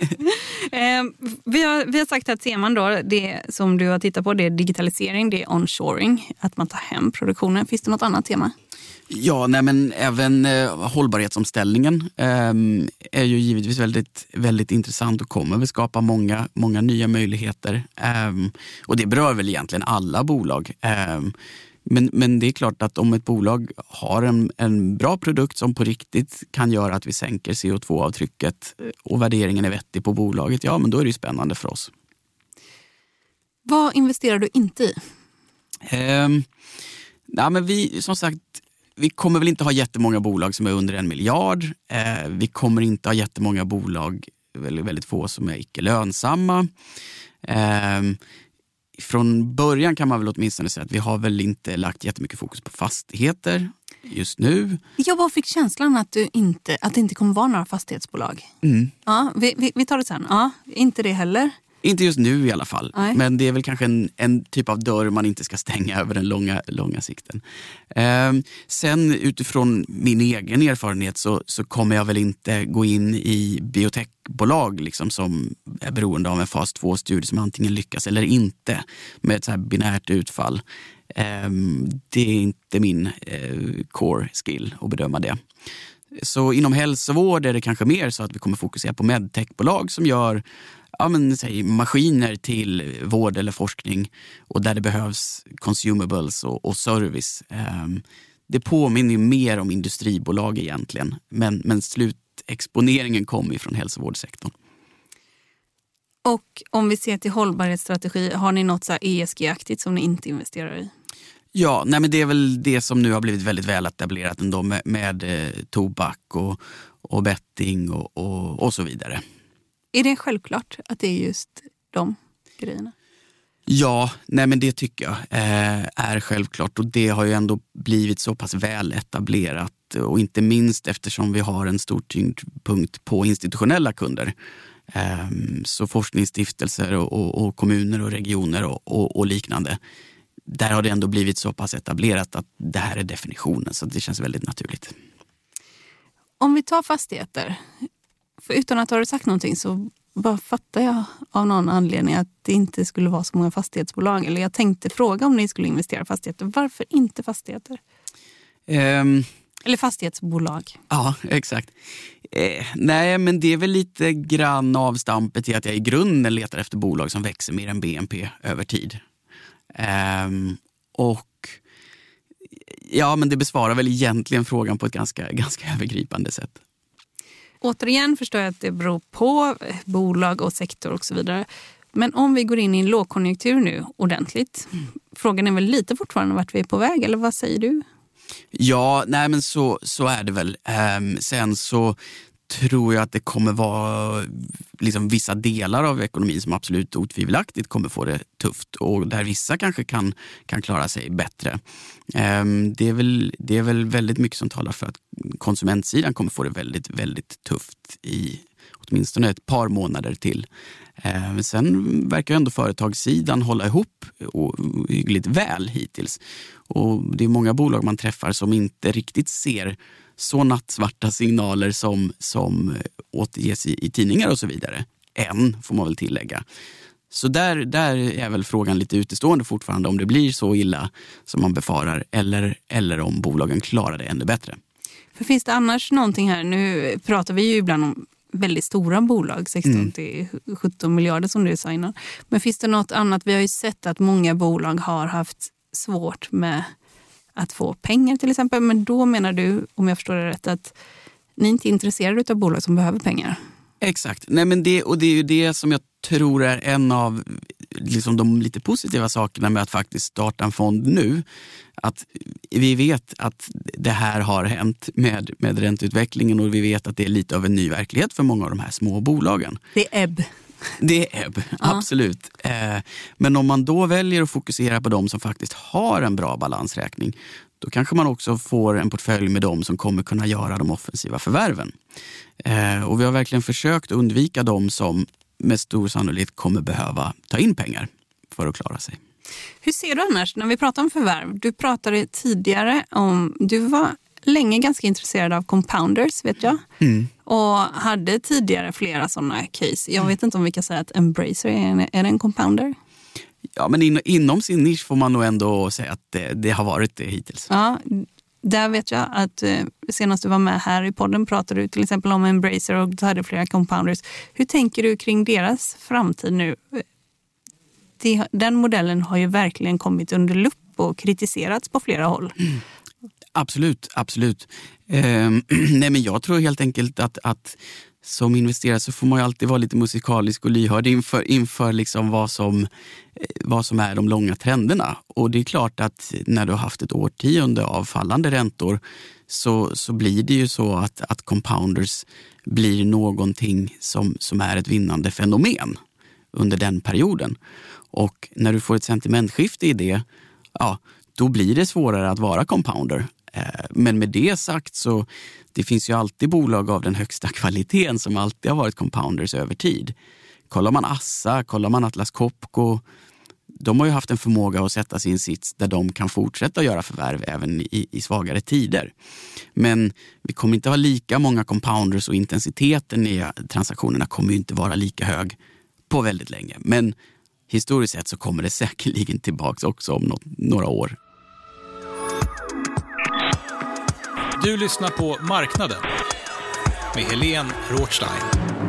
eh, vi, har, vi har sagt att teman då, det som du har tittat på, det är digitalisering, det är onshoring, att man tar hem produktionen. Finns det något annat tema? Ja, nej, men även eh, hållbarhetsomställningen eh, är ju givetvis väldigt, väldigt intressant och kommer väl skapa många, många nya möjligheter. Eh, och det berör väl egentligen alla bolag. Eh, men, men det är klart att om ett bolag har en, en bra produkt som på riktigt kan göra att vi sänker C O två avtrycket och värderingen är vettig på bolaget, ja men då är det ju spännande för oss. Vad investerar du inte i? Eh, nej, men vi, som sagt, vi kommer väl inte ha jättemånga bolag som är under en miljard. Eh, vi kommer inte ha jättemånga bolag, väldigt, väldigt få som är icke lönsamma. Eh, från början kan man väl åtminstone säga att vi har väl inte lagt jättemycket fokus på fastigheter just nu. Jag bara fick känslan att, du inte, att det inte kommer vara några fastighetsbolag. Mm. Ja, vi, vi, vi tar det sen. Ja, inte det heller. Inte just nu i alla fall. Nej. Men det är väl kanske en, en typ av dörr man inte ska stänga över den långa, långa sikten. Eh, sen utifrån min egen erfarenhet så, så kommer jag väl inte gå in i biotechbolag liksom, som är beroende av en fas två-studie som antingen lyckas eller inte med ett så här binärt utfall. Eh, det är inte min eh, core skill att bedöma det. Så inom hälsovård är det kanske mer så att vi kommer fokusera på medtechbolag som gör ja, men, säg, maskiner till vård eller forskning och där det behövs consumables och, och service. Um, det påminner ju mer om industribolag egentligen, men, men slutexponeringen kommer ju från hälsovårdssektorn. Och om vi ser till hållbarhetsstrategi, har ni något så här E S G-aktigt som ni inte investerar i? Ja, nej, men det är väl det som nu har blivit väldigt väl etablerat ändå med, med eh, tobak och, och betting och, och, och så vidare. Är det självklart att det är just de grejerna? Ja, nej men det tycker jag eh, är självklart och det har ju ändå blivit så pass väl etablerat och inte minst eftersom vi har en stor tyngdpunkt på institutionella kunder. Eh, så forskningsstiftelser och, och, och kommuner och regioner och, och, och liknande. Där har det ändå blivit så pass etablerat att det här är definitionen så det känns väldigt naturligt. Om vi tar fastigheter, för utan att ha sagt någonting så bara fattar jag av någon anledning att det inte skulle vara så många fastighetsbolag. Eller jag tänkte fråga om ni skulle investera i fastigheter. Varför inte fastigheter? Um, Eller fastighetsbolag. Ja, exakt. Eh, nej, men det är väl lite grann avstampet i att jag i grunden letar efter bolag som växer mer än B N P över tid. Eh, och ja, men det besvarar väl egentligen frågan på ett ganska, ganska övergripande sätt. Återigen förstår jag att det beror på bolag och sektor och så vidare. Men om vi går in i en lågkonjunktur nu ordentligt, mm. frågan är väl lite fortfarande vart vi är på väg, eller vad säger du? Ja, nej men så, så är det väl. Um, sen så tror jag att det kommer vara liksom vissa delar av ekonomin som absolut otvivelaktigt kommer få det tufft och där vissa kanske kan, kan klara sig bättre. Um, det, är väl, det är väl väldigt mycket som talar för att konsumentsidan kommer få det väldigt, väldigt tufft i åtminstone ett par månader till. Eh, sen verkar ändå företagssidan hålla ihop och hyggligt väl hittills. Och det är många bolag man träffar som inte riktigt ser så nattsvarta signaler som, som återges i, i tidningar och så vidare. Än, får man väl tillägga. Så där, där är väl frågan lite utestående fortfarande om det blir så illa som man befarar eller, eller om bolagen klarar det ännu bättre. För finns det annars någonting här, nu pratar vi ju ibland om väldigt stora bolag, sexton till sjutton miljarder som du sa innan. Men finns det något annat? Vi har ju sett att många bolag har haft svårt med att få pengar till exempel. Men då menar du, om jag förstår det rätt, att ni inte är intresserade av bolag som behöver pengar. Exakt. Nej, men det, och det är ju det som jag tror är en av liksom de lite positiva sakerna med att faktiskt starta en fond nu. Att vi vet att det här har hänt med, med ränteutvecklingen och vi vet att det är lite av en ny verklighet för många av de här små bolagen. Det är ebb. Det är ebb, ja. Absolut. Eh, men om man då väljer att fokusera på de som faktiskt har en bra balansräkning, då kanske man också får en portfölj med dem som kommer kunna göra de offensiva förvärven. Eh, och vi har verkligen försökt undvika de som med stor sannolikhet kommer behöva ta in pengar för att klara sig. Hur ser du annars när vi pratar om förvärv? Du pratade tidigare om, du var länge ganska intresserad av compounders, vet jag. Mm. Och hade tidigare flera sådana case. Jag vet inte om vi kan säga att Embracer är en, är en compounder. Ja, men in, inom sin nisch får man nog ändå säga att det, det har varit det hittills. Ja, där vet jag att eh, senast du var med här i podden pratade du till exempel om Embracer och du hade flera compounders. Hur tänker du kring deras framtid nu? Det, den modellen har ju verkligen kommit under lupp och kritiserats på flera håll. Mm. Absolut, absolut. Eh, nej men jag tror helt enkelt att, att som investerare så får man ju alltid vara lite musikalisk och lyhörd inför, inför liksom vad, som, vad som är de långa trenderna. Och det är klart att när du har haft ett årtionde av fallande räntor så, så blir det ju så att, att compounders blir någonting som, som är ett vinnande fenomen under den perioden. Och när du får ett sentimentskifte i det, ja, då blir det svårare att vara compounder. Men med det sagt så det finns ju alltid bolag av den högsta kvaliteten som alltid har varit compounders över tid. Kollar man Assa, kollar man Atlas Copco, de har ju haft en förmåga att sätta sin sits där de kan fortsätta göra förvärv även i, i svagare tider. Men vi kommer inte ha lika många compounders och intensiteten i transaktionerna kommer ju inte vara lika hög på väldigt länge. Men historiskt sett så kommer det säkerligen tillbaka också om något, några år. Du lyssnar på Marknaden med Helene Rothstein.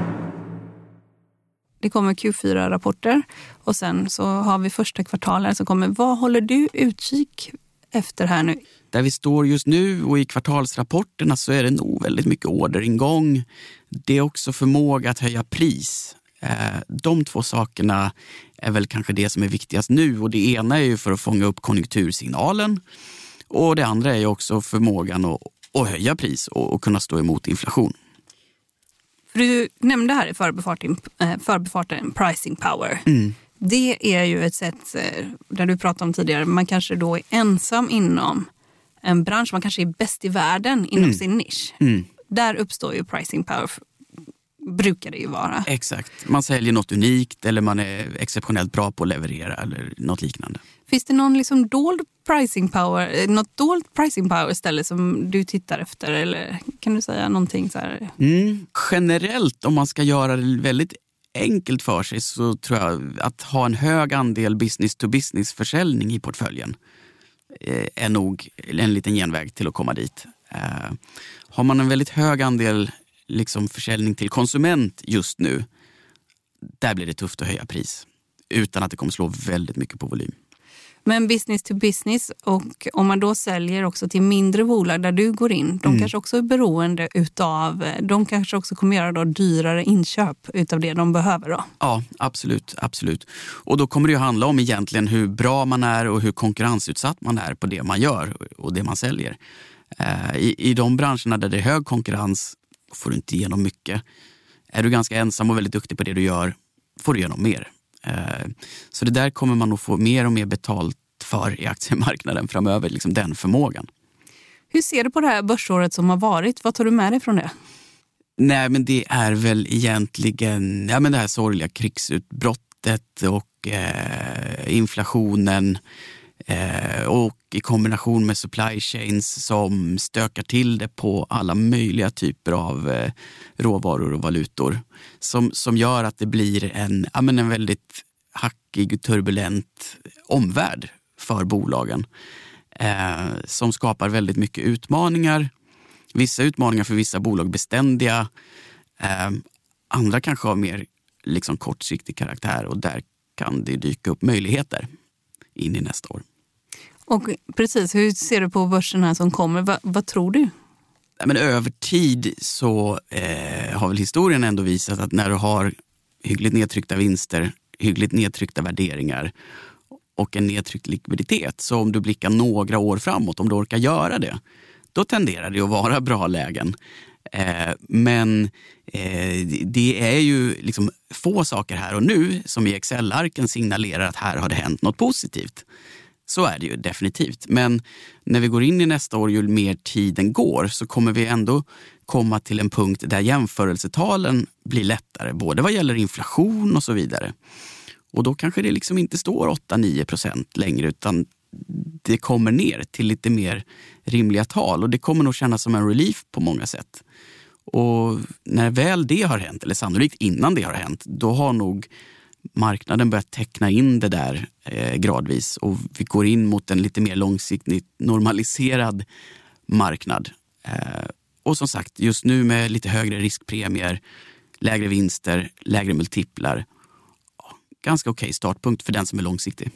Det kommer Q fyra-rapporter och sen så har vi första kvartalet som kommer. Vad håller du utkik efter här nu? Där vi står just nu och i kvartalsrapporterna så är det nog väldigt mycket orderingång. Det är också förmåga att höja pris. De två sakerna är väl kanske det som är viktigast nu och det ena är ju för att fånga upp konjunktursignalen och det andra är ju också förmågan att, att höja pris och, och kunna stå emot inflation. För du nämnde här i förbifarten, förbifarten pricing power. Mm. Det är ju ett sätt där du pratade om tidigare, man kanske då är ensam inom en bransch, man kanske är bäst i världen inom mm. sin nisch. Mm. Där uppstår ju pricing power, brukar det ju vara. Exakt, man säljer något unikt eller man är exceptionellt bra på att leverera eller något liknande. Finns det någon liksom dold pricing power, något dolt pricing power ställe som du tittar efter eller kan du säga någonting så här? Mm. Generellt om man ska göra det väldigt enkelt för sig så tror jag att ha en hög andel business to business försäljning i portföljen är nog en liten genväg till att komma dit. Eh, har man en väldigt hög andel liksom försäljning till konsument just nu, där blir det tufft att höja pris utan att det kommer slå väldigt mycket på volym. Men business to business, och om man då säljer också till mindre bolag där du går in, de mm. kanske också är beroende utav, de kanske också kommer göra då dyrare inköp utav det de behöver då? Ja, absolut, absolut. Och då kommer det ju handla om egentligen hur bra man är och hur konkurrensutsatt man är på det man gör och det man säljer. I, i de branscherna där det är hög konkurrens får du inte igenom mycket. Är du ganska ensam och väldigt duktig på det du gör, får du igenom mer. Så det där kommer man att få mer och mer betalt för i aktiemarknaden framöver, liksom den förmågan. Hur ser du på det här börsåret som har varit? Vad tar du med dig från det? Nej, men det är väl egentligen ja, men det här sorgliga krigsutbrottet och eh, inflationen eh, och i kombination med supply chains som stökar till det på alla möjliga typer av eh, råvaror och valutor som, som gör att det blir en, ja, men en väldigt hackig, turbulent omvärld för bolagen eh, som skapar väldigt mycket utmaningar. Vissa utmaningar för vissa bolag beständiga, eh, andra kanske har mer liksom, kortsiktig karaktär och där kan det dyka upp möjligheter in i nästa år. Och precis, hur ser du på börsen här som kommer? Va, vad tror du? Ja, men över tid så eh, har väl historien ändå visat att när du har hyggligt nedtryckta vinster, hyggligt nedtryckta värderingar och en nedtryckt likviditet, så om du blickar några år framåt, om du orkar göra det, då tenderar det att vara bra lägen. Eh, men eh, det är ju liksom få saker här och nu som i Excel-arken signalerar att här har det hänt något positivt. Så är det ju definitivt. Men när vi går in i nästa år, ju mer tiden går, så kommer vi ändå komma till en punkt där jämförelsetalen blir lättare, både vad gäller inflation och så vidare. Och då kanske det liksom inte står åtta till nio procent längre, utan det kommer ner till lite mer rimliga tal. Och det kommer nog kännas som en relief på många sätt. Och när väl det har hänt, eller sannolikt innan det har hänt, då har nog marknaden börjat teckna in det där eh, gradvis. Och vi går in mot en lite mer långsiktigt normaliserad marknad. Eh, och som sagt, just nu med lite högre riskpremier, lägre vinster, lägre multiplar. Ganska okej startpunkt för den som är långsiktig.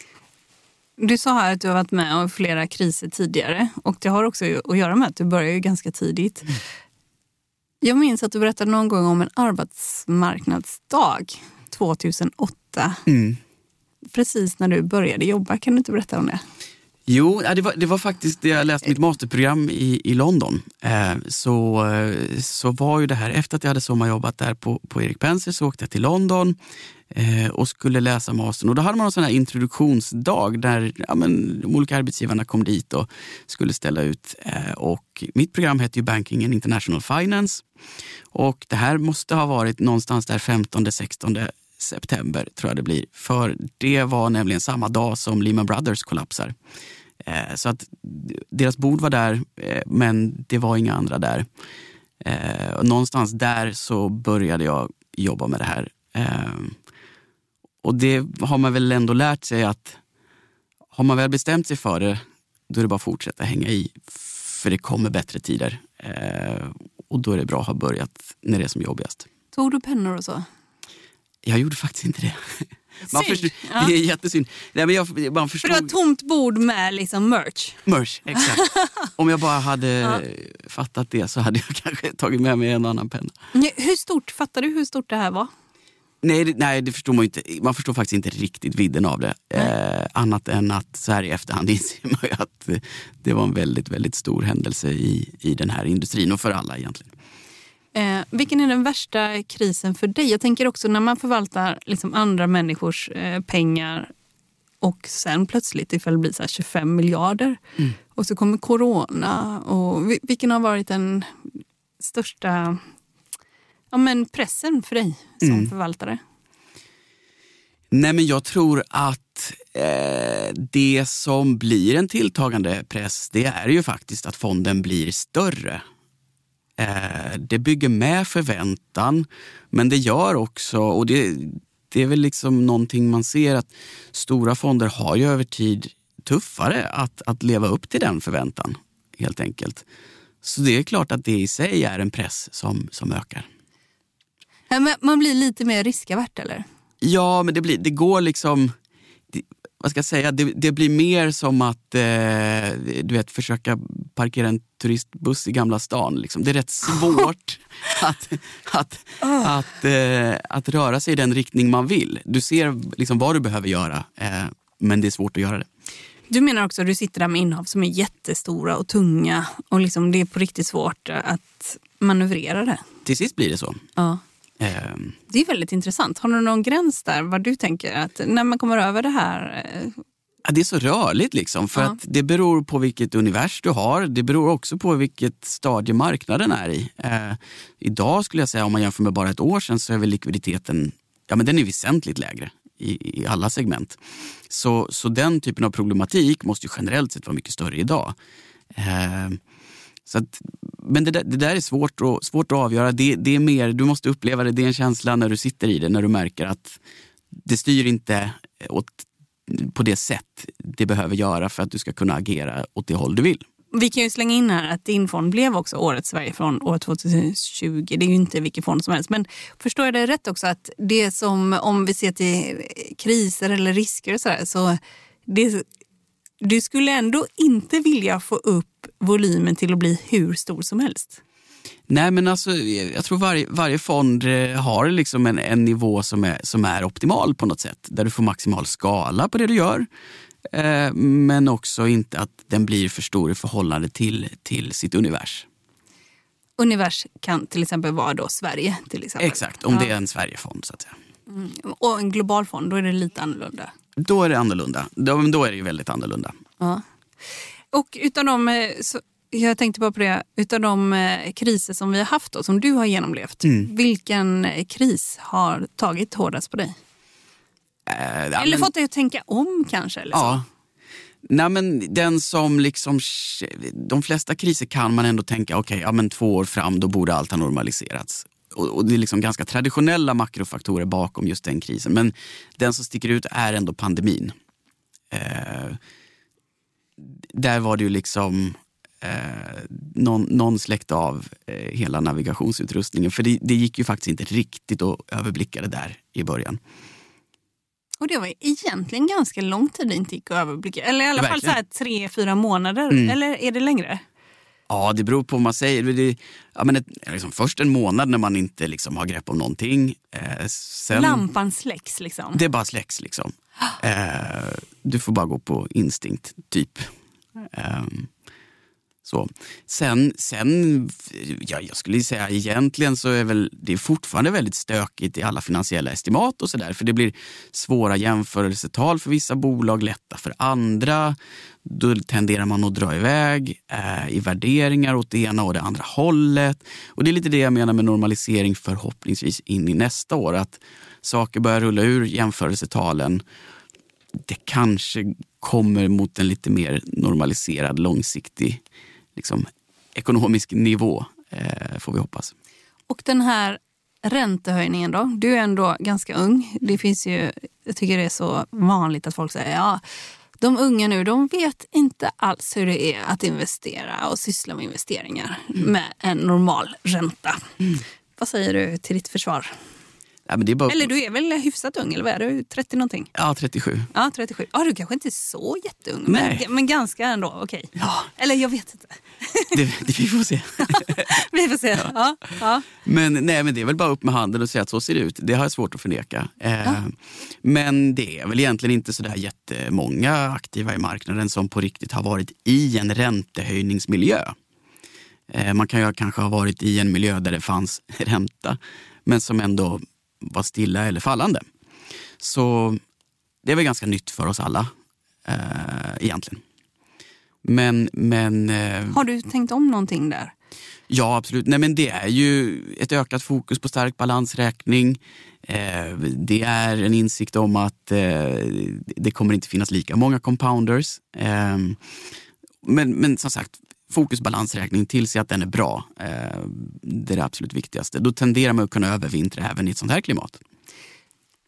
Du sa här att du har varit med om flera kriser tidigare. Och det har också att göra med att du började ju ganska tidigt. Mm. Jag minns att du berättade någon gång om en arbetsmarknadsdag tjugohundraåtta. Mm. Precis när du började jobba. Kan du inte berätta om det? Jo, det var, det var faktiskt det jag läste mitt masterprogram i, i London. Eh, så, så var ju det här, efter att jag hade sommarjobbat där på, på Erik Penser, så åkte jag till London eh, och skulle läsa mastern. Och då hade man en sån här introduktionsdag där ja, men, de olika arbetsgivarna kom dit och skulle ställa ut. Eh, och mitt program heter ju Banking and International Finance. Och det här måste ha varit någonstans där femtonde sextonde september tror jag det blir. För det var nämligen samma dag som Lehman Brothers kollapsar. Eh, så att deras bord var där, eh, men det var inga andra där. Eh, och någonstans där så började jag jobba med det här. Eh, och det har man väl ändå lärt sig att har man väl bestämt sig för det, då är det bara att fortsätta hänga i. För det kommer bättre tider. Eh, och då är det bra att ha börjat när det är som jobbigast. Tog du pennor och så? Jag gjorde faktiskt inte det. Man förstod, ja. Det är jättesynd. Nej, men jag, man förstod... För du har tomt bord med liksom merch. Merch, exakt. Om jag bara hade ja. fattat det så hade jag kanske tagit med mig en annan penna. Hur stort, fattar du hur stort det här var? Nej, det, nej, det förstår man inte. Man förstår faktiskt inte riktigt vidden av det. Eh, annat än att så här i efterhand inser man ju att det var en väldigt, väldigt stor händelse i, i den här industrin och för alla egentligen. Eh, vilken är den värsta krisen för dig? Jag tänker också när man förvaltar liksom andra människors eh, pengar och sen plötsligt ifall det blir så här tjugofem miljarder mm. och så kommer corona. Och vilken har varit den största ja, men pressen för dig som mm. förvaltare? Nej, men jag tror att eh, det som blir en tilltagande press, det är ju faktiskt att fonden blir större. Det bygger med förväntan, men det gör också, och det, det är väl liksom någonting man ser att stora fonder har ju över tid tuffare att, att leva upp till den förväntan, helt enkelt. Så det är klart att det i sig är en press som, som ökar. Ja, men man blir lite mer riskavert, eller? Ja, men det, blir, det går liksom... Det, vad ska jag säga? Det, det blir mer som att eh, du vet, försöka parkera en turistbuss i Gamla stan. Liksom. Det är rätt svårt att, att, oh. att, eh, att röra sig i den riktning man vill. Du ser liksom vad du behöver göra, eh, men det är svårt att göra det. Du menar också att du sitter där med innehav som är jättestora och tunga och liksom det är på riktigt svårt att manövrera det. Till sist blir det så. Ja. Um. Det är väldigt intressant. Har du någon gräns där vad du tänker att när man kommer över det här? Ja, det är så rörligt liksom för ja. att det beror på vilket univers du har. Det beror också på vilket stadie marknaden är i. Uh, idag skulle jag säga om man jämför med bara ett år sedan så är väl likviditeten, ja men den är väsentligt lägre. I, i alla segment. Så, så den typen av problematik måste ju generellt sett vara mycket större idag. Eh, så att, men det där, det där är svårt, och, svårt att avgöra. Det, det är mer, du måste uppleva det, det är en känsla när du sitter i det, när du märker att det styr inte åt, på det sätt det behöver göra för att du ska kunna agera åt det håll du vill. Vi kan ju slänga in här att din fond blev också årets Sverige från år tjugohundratjugo. Det är ju inte vilken fond som helst. Men förstår jag det rätt också att det som, om vi ser till kriser eller risker och sådär, så det, du skulle ändå inte vilja få upp volymen till att bli hur stor som helst? Nej, men alltså jag tror varje, varje fond har liksom en, en nivå som är, som är optimal på något sätt. Där du får maximal skala på det du gör. Eh, men också inte att den blir för stor i förhållande till, till sitt univers. Univers kan till exempel vara då Sverige till exempel. Exakt, om ja. det är en Sverigefond så att säga. Mm. Och en global fond, då är det lite annorlunda. Då är det annorlunda. Då, då är det ju väldigt annorlunda. Ja. Och utan de, så, jag tänkte bara på det, utan de kriser som vi har haft då, som du har genomlevt, mm. vilken kris har tagit hårdast på dig? Äh, eller men, fått dig att tänka om kanske? Eller så? Ja. Nej, men den som liksom, de flesta kriser kan man ändå tänka, okej, okay, ja men två år fram då borde allt ha normaliserats. Och, och det är liksom ganska traditionella makrofaktorer bakom just den krisen. Men den som sticker ut är ändå pandemin. Eh, där var det ju liksom eh, någon, någon släckte av eh, hela navigationsutrustningen. För det, det gick ju faktiskt inte riktigt att överblicka det där i början. Och det var egentligen ganska lång tid det inte gick att överblicka. Eller i alla Verkligen. fall så här tre, fyra månader. Mm. Eller är det längre? Ja, det beror på vad man säger. Det, ja, men ett, liksom, först en månad när man inte liksom, har grepp om någonting. Eh, sen, Lampan släcks liksom. Det bara släcks liksom. Eh, du får bara gå på instinkt, typ. Eh, så. Sen, sen ja, jag skulle säga egentligen så är väl det är fortfarande väldigt stökigt i alla finansiella estimat och sådär. För det blir svåra jämförelsetal för vissa bolag, lätta för andra. Då tenderar man att dra iväg eh, i värderingar åt det ena och det andra hållet. Och det är lite det jag menar med normalisering förhoppningsvis in i nästa år. Att saker börjar rulla ur jämförelsetalen. Det kanske kommer mot en lite mer normaliserad, långsiktig liksom, ekonomisk nivå, eh, får vi hoppas. Och den här räntehöjningen då? Du är ändå ganska ung. Det finns ju, jag tycker det är så vanligt att folk säger ja, de unga nu, de vet inte alls hur det är att investera och syssla med investeringar mm. med en normal ränta. Mm. Vad säger du till ditt försvar? Ja, men det är bara... Eller du är väl hyfsat ung, eller vad är du? trettio någonting? Ja, trettiosju. Ja, trettiosju. Ja, du kanske inte är så jätteung, men, men ganska ändå, okej. Okay. Ja. Eller jag vet inte. Det, det, vi får se. vi får se, ja. Ja, ja. Men, nej, men det är väl bara upp med handen och säga att så ser det ut. Det har jag svårt att förneka. Eh, ja. Men det är väl egentligen inte så där jättemånga aktiva i marknaden som på riktigt har varit i en räntehöjningsmiljö. Eh, man kan ju kanske ha varit i en miljö där det fanns ränta, men som ändå var stilla eller fallande. Så det är väl ganska nytt för oss alla eh, egentligen. Men, men, eh, har du tänkt om någonting där? Ja, absolut. Nej, men det är ju ett ökat fokus på stark balansräkning. Eh, det är en insikt om att eh, det kommer inte finnas lika många compounders. Eh, men, men som sagt, fokus balansräkning, tillse att den är bra. Eh, det är det absolut viktigaste. Då tenderar man att kunna övervintra även i ett sånt här klimat.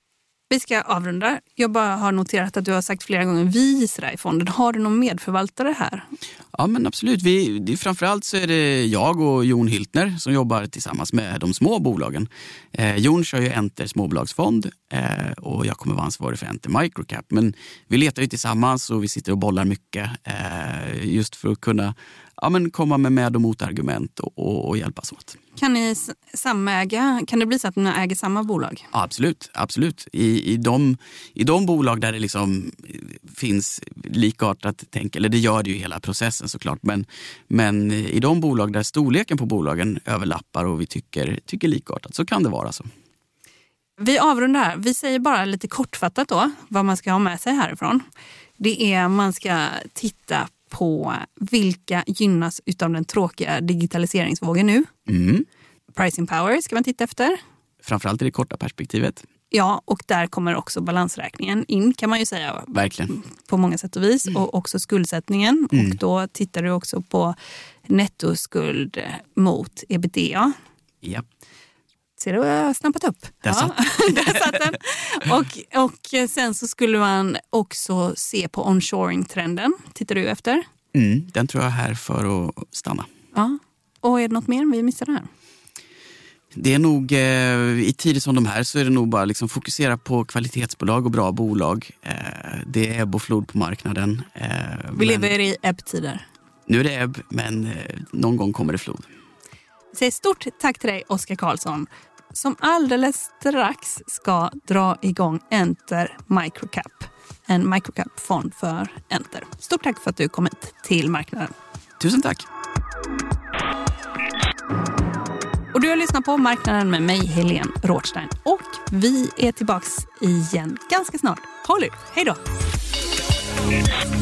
Vi ska avrunda. Jag bara har noterat att du har sagt flera gånger vi i fonden. Har du någon medförvaltare här? Ja, men absolut. Vi, det, framförallt så är det jag och Jon Hiltner som jobbar tillsammans med de små bolagen. Eh, Jon kör ju Enter småbolagsfond eh, och jag kommer vara ansvarig för Enter Microcap. Men vi letar ju tillsammans och vi sitter och bollar mycket eh, just för att kunna ja, men komma med med- och motargument och, och, och hjälpas åt. Kan ni samäga? Kan det bli så att ni äger samma bolag? Ja, absolut, absolut. I, i, de, I de bolag där det liksom finns likartat tänk, eller det gör det ju hela processen såklart, men, men i de bolag där storleken på bolagen överlappar och vi tycker, tycker likartat så kan det vara så. Vi avrundar här. Vi säger bara lite kortfattat då vad man ska ha med sig härifrån. Det är man ska titta på vilka gynnas utav den tråkiga digitaliseringsvågen nu. Mm. Pricing power ska man titta efter. Framförallt i det korta perspektivet. Ja, och där kommer också balansräkningen in kan man ju säga. Verkligen. På många sätt och vis. Mm. Och också skuldsättningen. Mm. Och då tittar du också på nettoskuld mot ebitda. Ja. Ser du vad jag har snappat upp? Där ja. satt. Där satt den. Och, och sen så skulle man också se på onshoring-trenden. Tittar du efter? Mm, den tror jag är här för att stanna. Ja. Och är det något mer vi missar här? Det är nog, eh, i tider som de här så är det nog bara liksom fokusera på kvalitetsbolag och bra bolag. Eh, det är ebb och flod på marknaden. Eh, vi lever i ebb-tider. Nu är det ebb, men eh, någon gång kommer det flod. Säg stort tack till dig, Oskar Karlsson, som alldeles strax ska dra igång Enter Microcap. En microcap-fond för Enter. Stort tack för att du kom hit till marknaden. Tusen tack. Och du har lyssnat på Marknaden med mig, Helene Rothstein. Och vi är tillbaks igen ganska snart. Håll ut. Hej då!